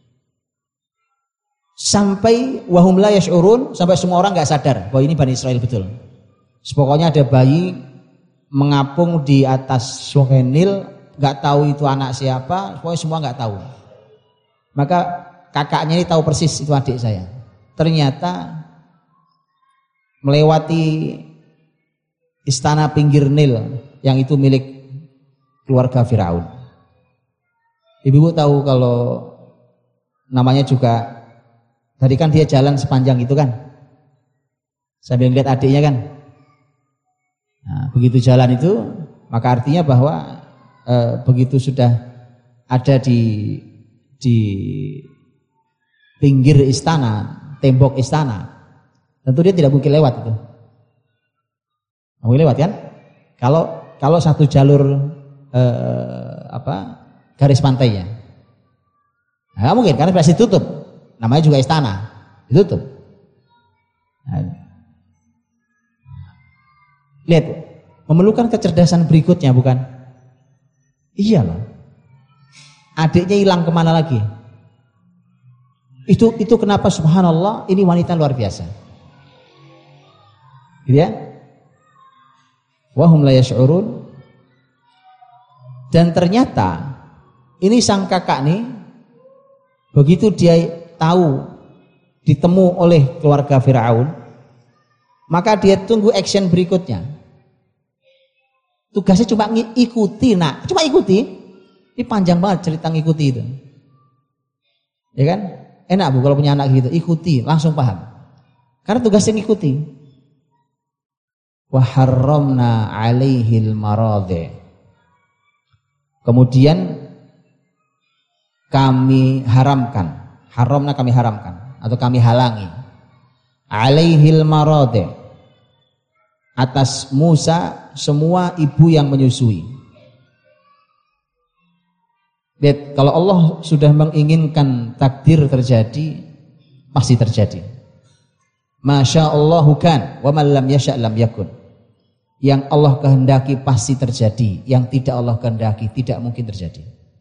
[SPEAKER 1] Sampai wahum la yash'urun, sampai semua orang enggak sadar bahwa ini Bani Israel betul. Pokoknya ada bayi mengapung di atas Sungai Nil, enggak tahu itu anak siapa, pokoknya semua enggak tahu. Maka kakaknya ini tahu persis itu adik saya. Ternyata melewati istana pinggir Nil yang itu milik keluarga Firaun. Ibu tahu kalau namanya juga, tadi kan dia jalan sepanjang itu kan, sambil melihat adiknya kan. Nah, begitu jalan itu, maka artinya bahwa e, begitu sudah ada di di pinggir istana, tembok istana, tentu dia tidak mungkin lewat itu. Tidak mungkin lewat kan? Kalau kalau satu jalur eh, apa garis pantainya, nah, mungkin karena pasti tutup. Namanya juga istana, ditutup. Nah, lihat, memerlukan kecerdasan berikutnya bukan? Iyalah. Adiknya hilang kemana lagi? Itu itu kenapa subhanallah ini wanita luar biasa. Gitu ya? Wahum la yash'urun. Dan ternyata ini sang kakak nih, begitu dia tahu ditemu oleh keluarga Firaun, maka dia tunggu action berikutnya. Tugasnya cuma ngikuti, nak, cuma ikuti. Ini panjang banget cerita ngikuti itu. Ya kan? Enak Bu kalau punya anak gitu, ikuti, langsung paham. Karena tugasnya ngikuti. Wa harramna 'alaihil maradhi. Kemudian kami haramkan, haramna kami haramkan atau kami halangi. 'Alaihil maradhi. Atas Musa semua ibu yang menyusui. Lihat, kalau Allah sudah menginginkan takdir terjadi, pasti terjadi. Masya Allahu kan, wa man lam yasha' lam yakun. Yang Allah kehendaki pasti terjadi, yang tidak Allah kehendaki tidak mungkin terjadi.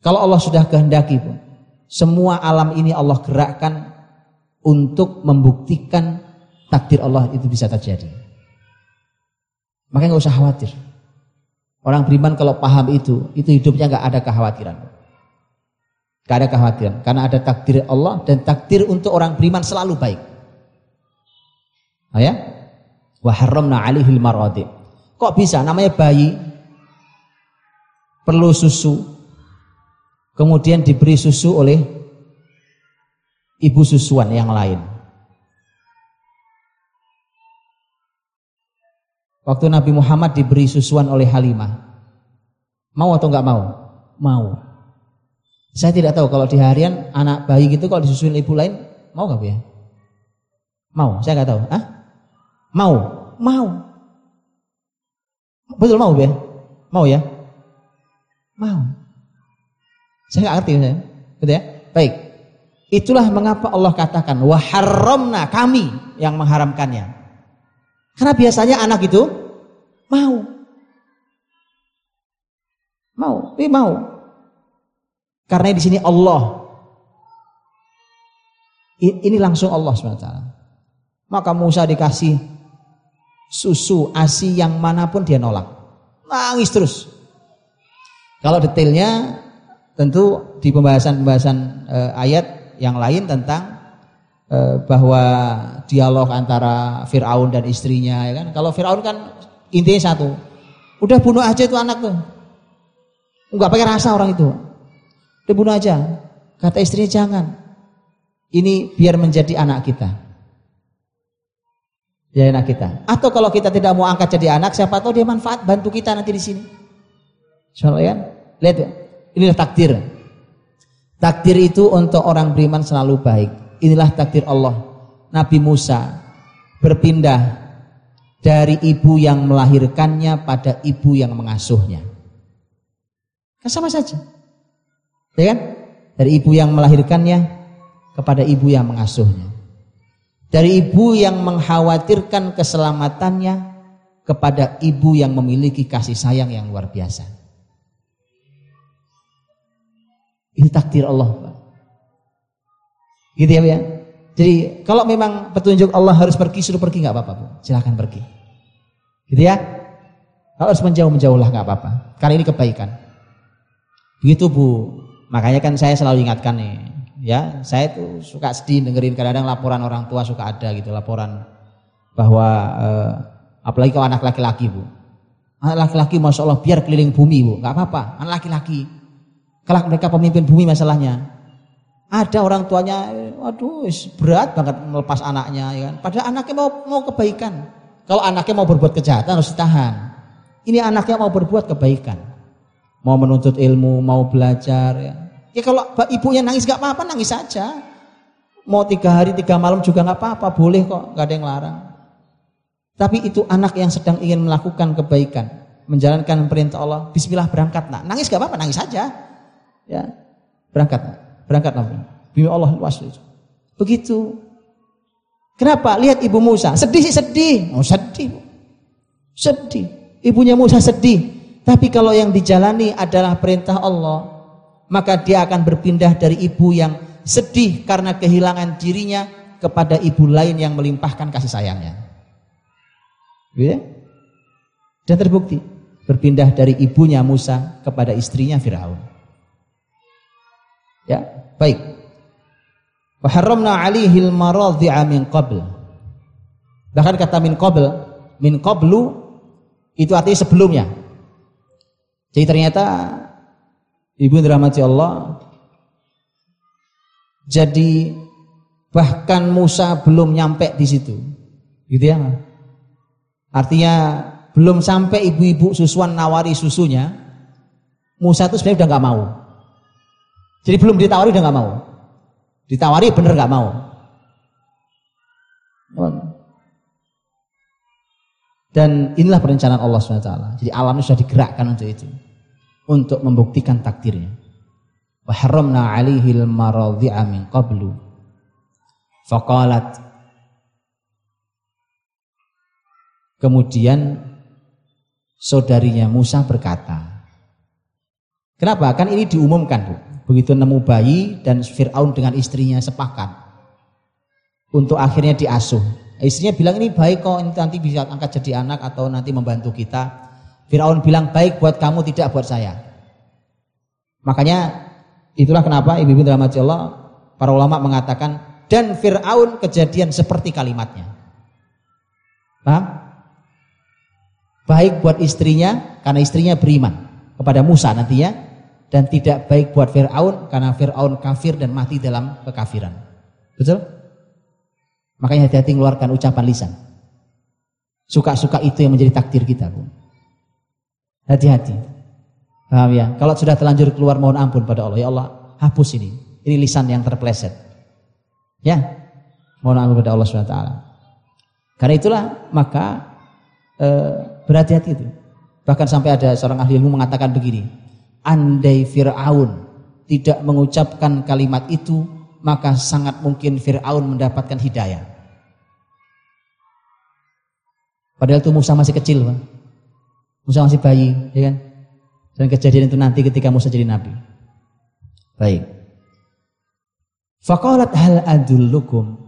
[SPEAKER 1] Kalau Allah sudah kehendaki pun, semua alam ini Allah gerakkan untuk membuktikan takdir Allah itu bisa terjadi. Makanya nggak usah khawatir. Orang beriman kalau paham itu, itu hidupnya nggak ada kekhawatiran. Nggak ada kekhawatiran, karena ada takdir Allah dan takdir untuk orang beriman selalu baik. Nah, ya, wa harramna 'alaihil maradi. Kok bisa? Namanya bayi perlu susu, kemudian diberi susu oleh ibu susuan yang lain. Waktu Nabi Muhammad diberi susuan oleh Halimah, mau atau enggak mau? Mau. Saya tidak tahu kalau di harian anak bayi gitu kalau disusuin ibu lain, mau enggak Bu ya? Mau, saya enggak tahu. Hah? Mau, mau. Betul mau Bu ya? Mau ya? Mau. Saya enggak ngerti saya. Betul ya? Baik. Itulah mengapa Allah katakan wa harramna, kami yang mengharamkannya. Karena biasanya anak itu mau. Mau, tapi mau. Karena di sini Allah. Ini langsung Allah subhanahu wa taala. Maka Musa dikasih susu ASI yang manapun dia nolak. Nangis terus. Kalau detailnya tentu di pembahasan-pembahasan eh, ayat yang lain tentang bahwa dialog antara Fir'aun dan istrinya, ya kan? Kalau Fir'aun kan intinya satu, udah bunuh aja itu anak tuh, nggak pakai rasa orang itu, udah bunuh aja. Kata istrinya jangan, ini biar menjadi anak kita, ya anak kita. Atau kalau kita tidak mau angkat jadi anak, siapa tahu dia manfaat bantu kita nanti di sini. Soalnya kan, lihat tuh, inilah takdir. Takdir itu untuk orang beriman selalu baik. Inilah takdir Allah. Nabi Musa berpindah dari ibu yang melahirkannya pada ibu yang mengasuhnya. Kan sama saja. Ya kan? Dari ibu yang melahirkannya kepada ibu yang mengasuhnya. Dari ibu yang mengkhawatirkan keselamatannya kepada ibu yang memiliki kasih sayang yang luar biasa. Ini takdir Allah, Pak. Gitu ya, ya. Jadi kalau memang petunjuk Allah harus pergi, suruh pergi nggak apa-apa, Bu. Silakan pergi. Gitu ya. Kalau harus menjauh-menjauhlah nggak apa-apa. Karena ini kebaikan. Begitu, Bu. Makanya kan saya selalu ingatkan nih, ya, saya tuh suka sedih dengerin kadang-kadang laporan orang tua suka ada gitu, laporan bahwa eh, apalagi kalau anak laki-laki, Bu. Anak laki-laki Masya Allah biar keliling bumi, Bu. Nggak apa-apa, anak laki-laki. Kalau mereka pemimpin bumi masalahnya. Ada orang tuanya, waduh berat banget melepas anaknya, ya kan? Padahal anaknya mau mau kebaikan. Kalau anaknya mau berbuat kejahatan harus ditahan. Ini anaknya mau berbuat kebaikan, mau menuntut ilmu, mau belajar. Ya, ya kalau ibunya nangis gak apa-apa, nangis saja. Mau tiga hari tiga malam juga gak apa-apa, boleh kok, gak ada yang larang. Tapi itu anak yang sedang ingin melakukan kebaikan, menjalankan perintah Allah. Bismillah berangkat nak, nangis gak apa-apa, nangis saja. Ya, berangkat nak. Berangkat Nabi. Bimi Allah luas itu. Begitu. Kenapa? Lihat ibu Musa. Sedih sih sedih. Oh sedih. Sedih. Ibunya Musa sedih. Tapi kalau yang dijalani adalah perintah Allah, maka dia akan berpindah dari ibu yang sedih karena kehilangan dirinya kepada ibu lain yang melimpahkan kasih sayangnya. Ya? Dan terbukti. Berpindah dari ibunya Musa kepada istrinya Fir'aun. Ya, baik. Wa harramna 'alaihil maradhi'a min qabl. Bahkan kata min qabl, min qablu itu artinya sebelumnya. Jadi ternyata ibu dirahmati Allah, jadi bahkan Musa belum nyampe di situ. Gitu ya. Artinya belum sampai ibu-ibu susuan nawari susunya, Musa itu sebenarnya udah enggak mau. Jadi belum ditawari udah nggak mau, ditawari bener nggak mau. Dan inilah perencanaan Allah subhanahu wa taala. Jadi alamnya sudah digerakkan untuk itu, untuk membuktikan takdirnya. Wa harramna 'alaihil maradhi'a min qablu. Faqalat. Kemudian saudarinya Musa berkata, Kenapa? Kan ini diumumkan, Bu. Begitu nemu bayi dan Fir'aun dengan istrinya sepakat untuk akhirnya diasuh. Istrinya bilang ini baik kok, ini nanti bisa angkat jadi anak atau nanti membantu kita. Fir'aun bilang baik buat kamu, tidak buat saya. Makanya itulah kenapa ibu-ibu dirahmati Allah, para ulama mengatakan dan Fir'aun kejadian seperti kalimatnya. Paham? Baik buat istrinya karena istrinya beriman kepada Musa nantinya, dan tidak baik buat Fir'aun karena Fir'aun kafir dan mati dalam kekafiran. Betul? Makanya hati-hati mengeluarkan ucapan lisan. Suka-suka itu yang menjadi takdir kita, Bu. Hati-hati. Paham ya? Kalau sudah terlanjur keluar mohon ampun pada Allah. Ya Allah, hapus ini. Ini lisan yang terpeleset. Ya. Mohon ampun pada Allah subhanahu wa taala. Karena itulah maka eh, berhati-hati itu. Bahkan sampai ada seorang ahli ilmu mengatakan begini, andai Fir'aun tidak mengucapkan kalimat itu, maka sangat mungkin Fir'aun mendapatkan hidayah. Padahal itu Musa masih kecil, Pak. Musa masih bayi, ya kan? Dan kejadian itu nanti ketika Musa jadi nabi. Baik. Faqalat hal adullukum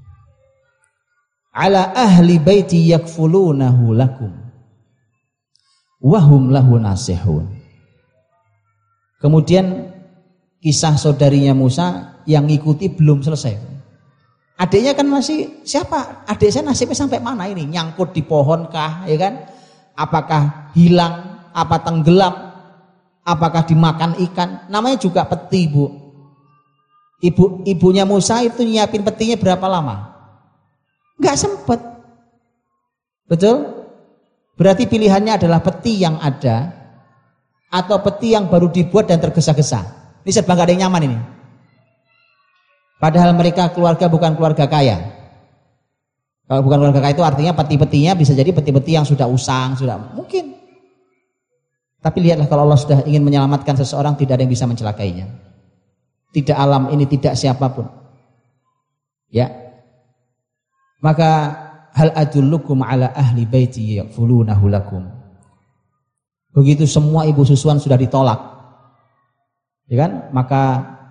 [SPEAKER 1] ala ahli baiti yakfulunahu lakum wahum lahu nasihun. Kemudian kisah saudarinya Musa yang ngikuti belum selesai. Adiknya kan masih, siapa? Adik saya nasibnya sampai mana ini? Nyangkut di pohon kah, ya kan? Apakah hilang, apa tenggelam, apakah dimakan ikan? Namanya juga peti, Bu. Ibu ibunya Musa itu nyiapin petinya berapa lama? Enggak sempat. Betul? Berarti pilihannya adalah peti yang ada atau peti yang baru dibuat dan tergesa-gesa. Ini serba gak ada yang nyaman ini. Padahal mereka keluarga bukan keluarga kaya. Kalau bukan keluarga kaya itu artinya peti-petinya bisa jadi peti-peti yang sudah usang, sudah mungkin. Tapi lihatlah kalau Allah sudah ingin menyelamatkan seseorang, tidak ada yang bisa mencelakainya. Tidak alam ini, tidak siapapun. Ya. Maka hal adullukum ala ahli baiti yakfulunahu lakum. Begitu semua ibu susuan sudah ditolak, ya kan? Maka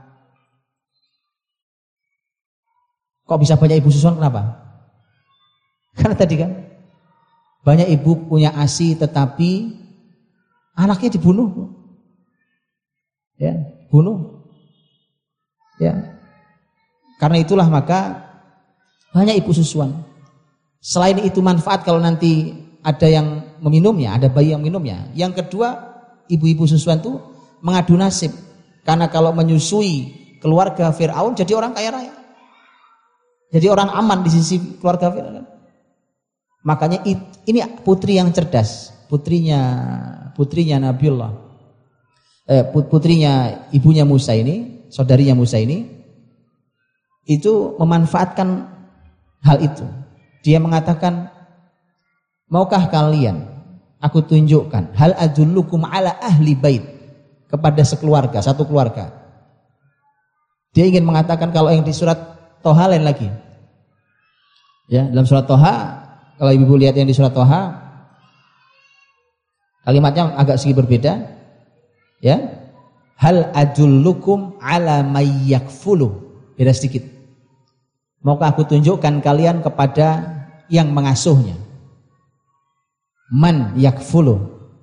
[SPEAKER 1] kok bisa banyak ibu susuan? Kenapa? Karena tadi kan banyak ibu punya A S I tetapi anaknya dibunuh, ya, bunuh, ya. Karena itulah maka banyak ibu susuan. Selain itu manfaat kalau nanti ada yang meminumnya, ada bayi yang minumnya. Yang kedua, ibu-ibu susuan itu mengadu nasib. Karena kalau menyusui keluarga Fir'aun jadi orang kaya raya. Jadi orang aman di sisi keluarga Fir'aun. Makanya ini putri yang cerdas, putrinya putrinya Nabiullah, eh, putrinya ibunya Musa ini, saudarinya Musa ini, itu memanfaatkan hal itu. Dia mengatakan, maukah kalian aku tunjukkan hal adullukum ala ahli bait, kepada sekeluarga, satu keluarga. Dia ingin mengatakan kalau yang di surat Toha lain lagi. Ya, dalam surat Toha, kalau ibu lihat yang di surat Toha, kalimatnya agak sedikit berbeda. Ya, hal adullukum ala mayyakfulu, beda sedikit. Maukah aku tunjukkan kalian kepada yang mengasuhnya? Man yakfulu.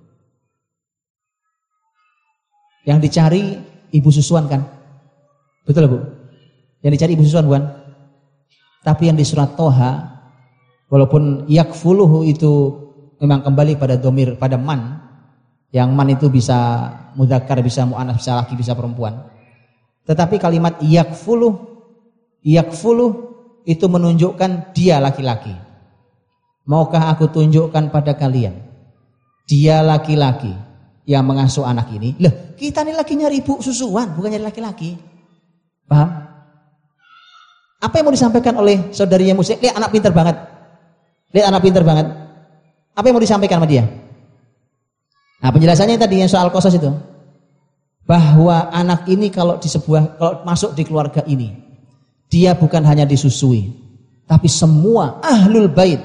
[SPEAKER 1] Yang dicari ibu susuan kan? Betul Bu? Yang dicari ibu susuan bukan? Tapi yang di surat Toha, walaupun yakfuluhu itu memang kembali pada domir, pada man, yang man itu bisa mudzakkar, bisa mu'anats, bisa laki, bisa perempuan. Tetapi kalimat yakfuluh, yakfuluh itu menunjukkan dia laki-laki. Maukah aku tunjukkan pada kalian dia laki-laki yang mengasuh anak ini? Loh, kita ini lagi nyari ibu susuan, bukan nyari laki-laki. Paham? Apa yang mau disampaikan oleh saudarinya Musa? Lihat anak pintar banget. Lihat anak pintar banget. Apa yang mau disampaikan sama dia? Nah, penjelasannya tadi yang soal qasas itu. Bahwa anak ini kalau di sebuah, kalau masuk di keluarga ini, dia bukan hanya disusui, tapi semua ahlul bait,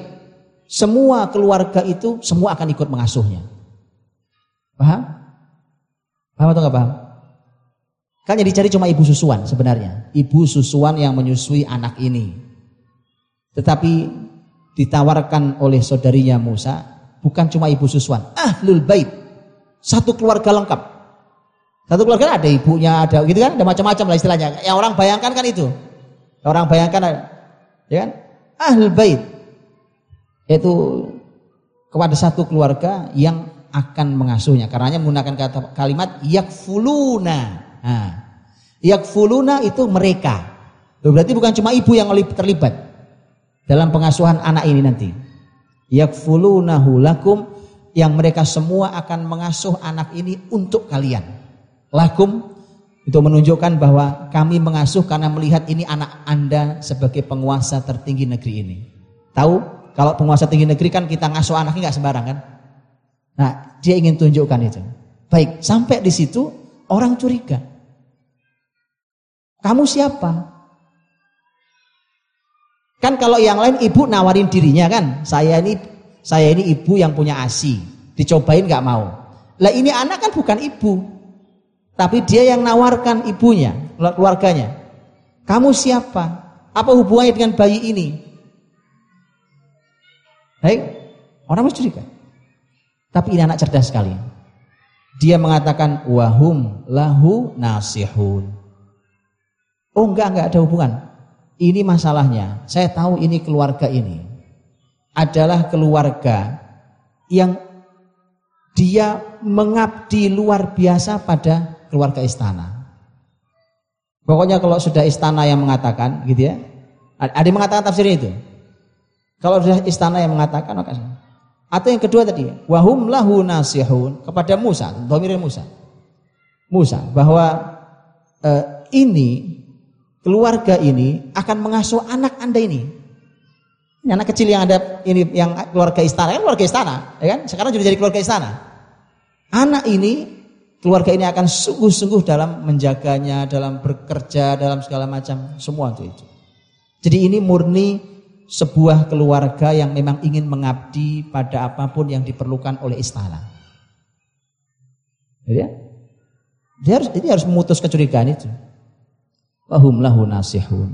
[SPEAKER 1] semua keluarga itu semua akan ikut mengasuhnya. Paham? Paham atau nggak paham? Kan yang dicari cuma ibu susuan sebenarnya. Ibu susuan yang menyusui anak ini. Tetapi ditawarkan oleh saudarinya Musa bukan cuma ibu susuan, ahlul bait, satu keluarga lengkap. Satu keluarga ada ibunya, ada gitu kan, ada macam-macam lah istilahnya. Yang orang bayangkan kan itu. Orang bayangkan ya kan? Ahlul bait itu kepada satu keluarga yang akan mengasuhnya. Karenanya menggunakan kata kalimat yakfuluna. Nah, yakfuluna itu mereka. Berarti bukan cuma ibu yang terlibat dalam pengasuhan anak ini nanti. Yakfulunahu lakum, yang mereka semua akan mengasuh anak ini untuk kalian. Lakum untuk menunjukkan bahwa kami mengasuh karena melihat ini anak Anda sebagai penguasa tertinggi negeri ini. Tahu kalau penguasa tinggi negeri kan kita ngasuh anaknya nggak sembarang kan? Nah, dia ingin tunjukkan itu. Baik, sampai di situ orang curiga. Kamu siapa? Kan kalau yang lain ibu nawarin dirinya kan, saya ini saya ini ibu yang punya asi, dicobain nggak mau. Lah ini anak kan bukan ibu, tapi dia yang nawarkan ibunya, keluarganya. Kamu siapa? Apa hubungannya dengan bayi ini? Baik, orang mesti curiga. Tapi ini anak cerdas sekali. Dia mengatakan wahum lahu nasihun. Oh enggak, enggak ada hubungan. Ini masalahnya, saya tahu ini keluarga ini adalah keluarga yang dia mengabdi luar biasa pada keluarga istana. Pokoknya kalau sudah istana yang mengatakan gitu ya, ada yang mengatakan tafsirnya itu. Kalau sudah istana yang mengatakan, maka atau yang kedua tadi, wahum lahu nasihun, kepada Musa, dhamir Musa. Musa bahwa eh, ini keluarga ini akan mengasuh anak Anda ini. Ini anak kecil yang ada ini yang keluarga istana, kan keluarga istana, ya kan? Sekarang sudah jadi keluarga istana. Anak ini, keluarga ini akan sungguh-sungguh dalam menjaganya, dalam bekerja, dalam segala macam, semua itu itu. Jadi ini murni sebuah keluarga yang memang ingin mengabdi pada apapun yang diperlukan oleh istana. Jadi ya, dia harus ini harus memutus kecurigaan itu. Wahum lahu nasihun.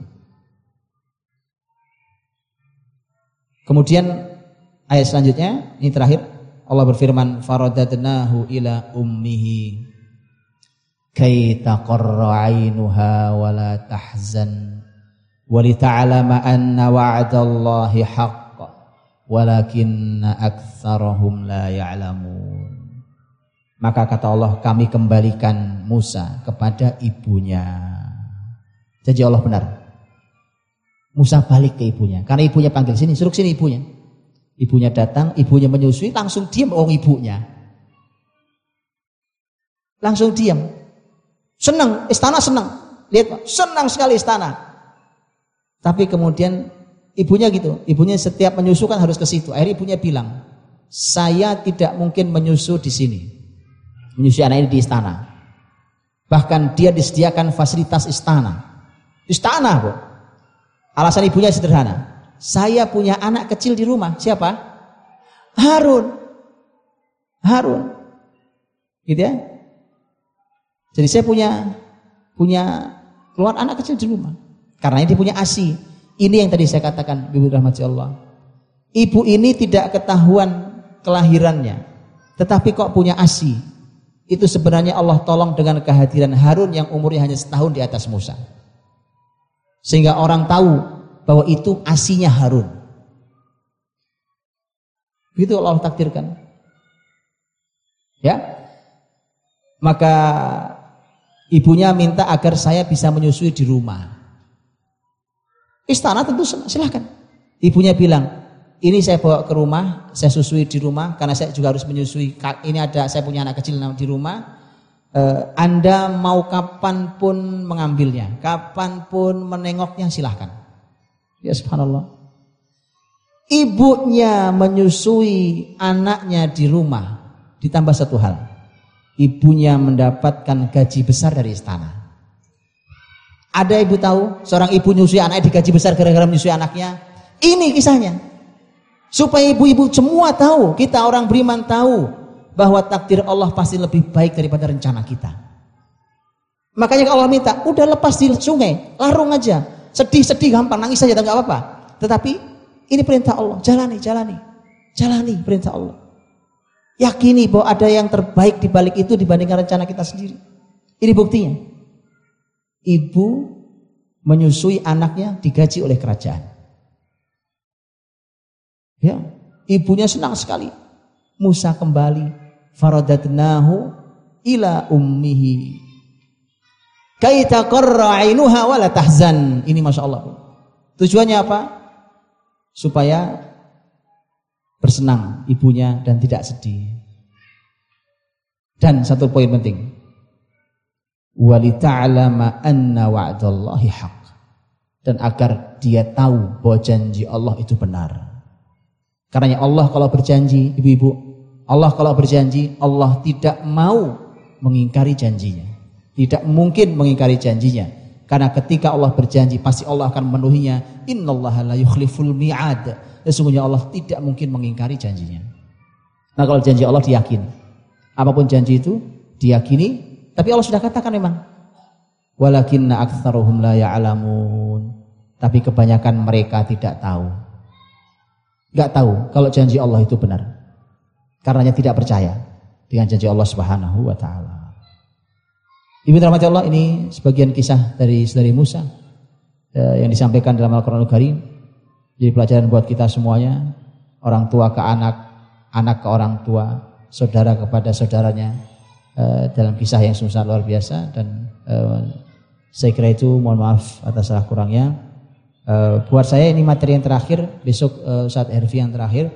[SPEAKER 1] Kemudian ayat selanjutnya, ini terakhir, Allah berfirman faradadnahu ila ummihi kay taqarra 'ainuha wa la tahzan wa li ta'lama anna wa'dallahi haqq walakinna aktsarahum la ya'lamun. Maka kata Allah, kami kembalikan Musa kepada ibunya. Jadi Allah benar. Musa balik ke ibunya. Karena ibunya panggil, sini, suruh sini ibunya. Ibunya datang, ibunya menyusui, langsung diam orang ibunya. Langsung diam. Senang, istana senang. Lihat, senang sekali istana. Tapi kemudian ibunya gitu. Ibunya setiap menyusu kan harus ke situ. Akhirnya ibunya bilang, saya tidak mungkin menyusu di sini. Menyusui anak ini di istana. Bahkan dia disediakan fasilitas istana. Istana kok. Alasan ibunya sederhana. Saya punya anak kecil di rumah. Siapa? Harun. Harun. Gitu ya. Jadi saya punya punya keluar anak kecil di rumah. Karena dia punya asi. Ini yang tadi saya katakan, Ibu rahmati Allah. Ibu ini tidak ketahuan kelahirannya, tetapi kok punya asi. Itu sebenarnya Allah tolong dengan kehadiran Harun yang umurnya hanya setahun di atas Musa. Sehingga orang tahu bahwa itu asinya Harun. Begitu Allah takdirkan. Ya. Maka ibunya minta agar saya bisa menyusui di rumah. Istana tentu silahkan. Ibunya bilang, ini saya bawa ke rumah, saya susui di rumah karena saya juga harus menyusui. Ini ada, saya punya anak kecil di rumah. Anda mau kapanpun mengambilnya, kapanpun menengoknya silahkan. Ya subhanallah. Ibunya menyusui anaknya di rumah, ditambah satu hal, ibunya mendapatkan gaji besar dari istana. Ada ibu tahu seorang ibu menyusui anaknya digaji besar gara-gara menyusui anaknya? Ini kisahnya. Supaya ibu-ibu semua tahu, kita orang beriman tahu
[SPEAKER 2] bahwa takdir Allah pasti lebih baik daripada rencana kita. Makanya Allah minta, udah lepas di sungai, larung aja. Sedih-sedih gampang, nangis saja enggak apa-apa. Tetapi ini perintah Allah, jalani, jalani. Jalani perintah Allah. Yakini bahwa ada yang terbaik di balik itu dibandingkan rencana kita sendiri. Ini buktinya. Ibu menyusui anaknya digaji oleh kerajaan. Ya, ibunya senang sekali. Musa kembali, faradatnahu ila ummihi. Kaita qarra 'ainuha wa la tahzan. Ini Masya Allah. Tujuannya apa? Supaya bersenang ibunya dan tidak sedih. Dan satu poin penting. Walita'lama anna wa'dallahi haq. Dan agar dia tahu bahwa janji Allah itu benar. Karena Allah kalau berjanji, ibu-ibu, Allah kalau berjanji, Allah tidak mau mengingkari janjinya. Tidak mungkin mengingkari janjinya. Karena ketika Allah berjanji, pasti Allah akan memenuhinya. Innallaha la yukhliful mi'ad. Sesungguhnya Allah tidak mungkin mengingkari janjinya. Nah kalau janji Allah diyakini. Apapun janji itu diyakini. Tapi Allah sudah katakan memang. Walakinna aktsaruhum la ya'lamun. Tapi kebanyakan mereka tidak tahu. Enggak tahu kalau janji Allah itu benar. Karenanya tidak percaya dengan janji Allah Subhanahu wa taala. Ibu rahmati Allah, ini sebagian kisah dari saudari Musa eh, yang disampaikan dalam Al-Qur'anul Karim. Jadi pelajaran buat kita semuanya, orang tua ke anak, anak ke orang tua, saudara kepada saudaranya, eh, dalam kisah yang sangat luar biasa. Dan eh, saya kira itu, mohon maaf atas salah kurangnya. Eh, buat saya ini materi yang terakhir, besok eh, saat R V yang terakhir.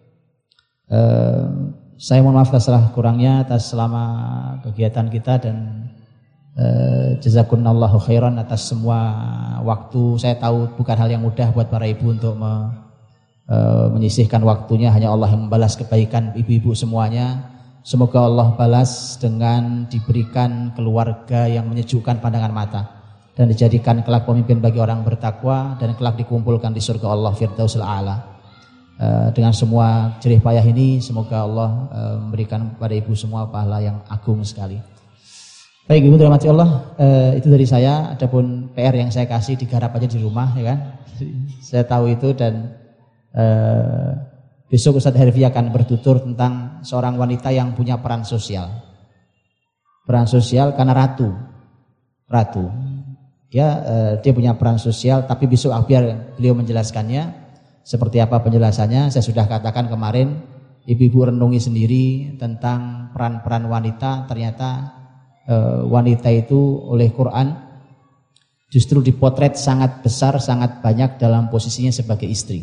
[SPEAKER 2] Eh, saya mohon maaf atas salah kurangnya atas selama kegiatan kita, dan eh, jazakumullahu khairan atas semua waktu. Saya tahu bukan hal yang mudah buat para ibu untuk me, eh, menyisihkan waktunya. Hanya Allah yang membalas kebaikan ibu-ibu semuanya. Semoga Allah balas dengan diberikan keluarga yang menyejukkan pandangan mata dan dijadikan kelak pemimpin bagi orang bertakwa, dan kelak dikumpulkan di surga Allah Firdausul A'la. Uh, dengan semua jerih payah ini, semoga Allah uh, memberikan kepada ibu semua pahala yang agung sekali. Baik ibu dirahmati Allah, uh, itu dari saya. Adapun P R yang saya kasih digarap aja di rumah, ya kan? Saya tahu itu. Dan uh, besok Ustadz Herfi akan bertutur tentang seorang wanita yang punya peran sosial. Peran sosial karena ratu, ratu. Ya, uh, dia punya peran sosial. Tapi besok biar beliau menjelaskannya. Seperti apa penjelasannya, saya sudah katakan kemarin. Ibu-ibu renungi sendiri tentang peran-peran wanita. Ternyata e, wanita itu oleh Quran justru dipotret sangat besar, sangat banyak dalam posisinya sebagai istri.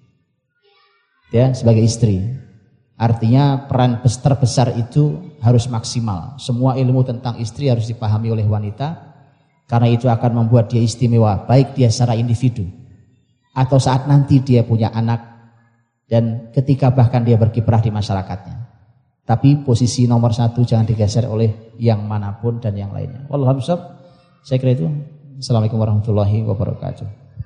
[SPEAKER 2] Ya, sebagai istri. Artinya peran terbesar itu harus maksimal. Semua ilmu tentang istri harus dipahami oleh wanita, karena itu akan membuat dia istimewa, baik dia secara individu atau saat nanti dia punya anak, dan ketika bahkan dia berkiprah di masyarakatnya. Tapi posisi nomor satu jangan digeser oleh yang manapun dan yang lainnya. Wallahu a'lam. Saya kira itu. Assalamualaikum warahmatullahi wabarakatuh.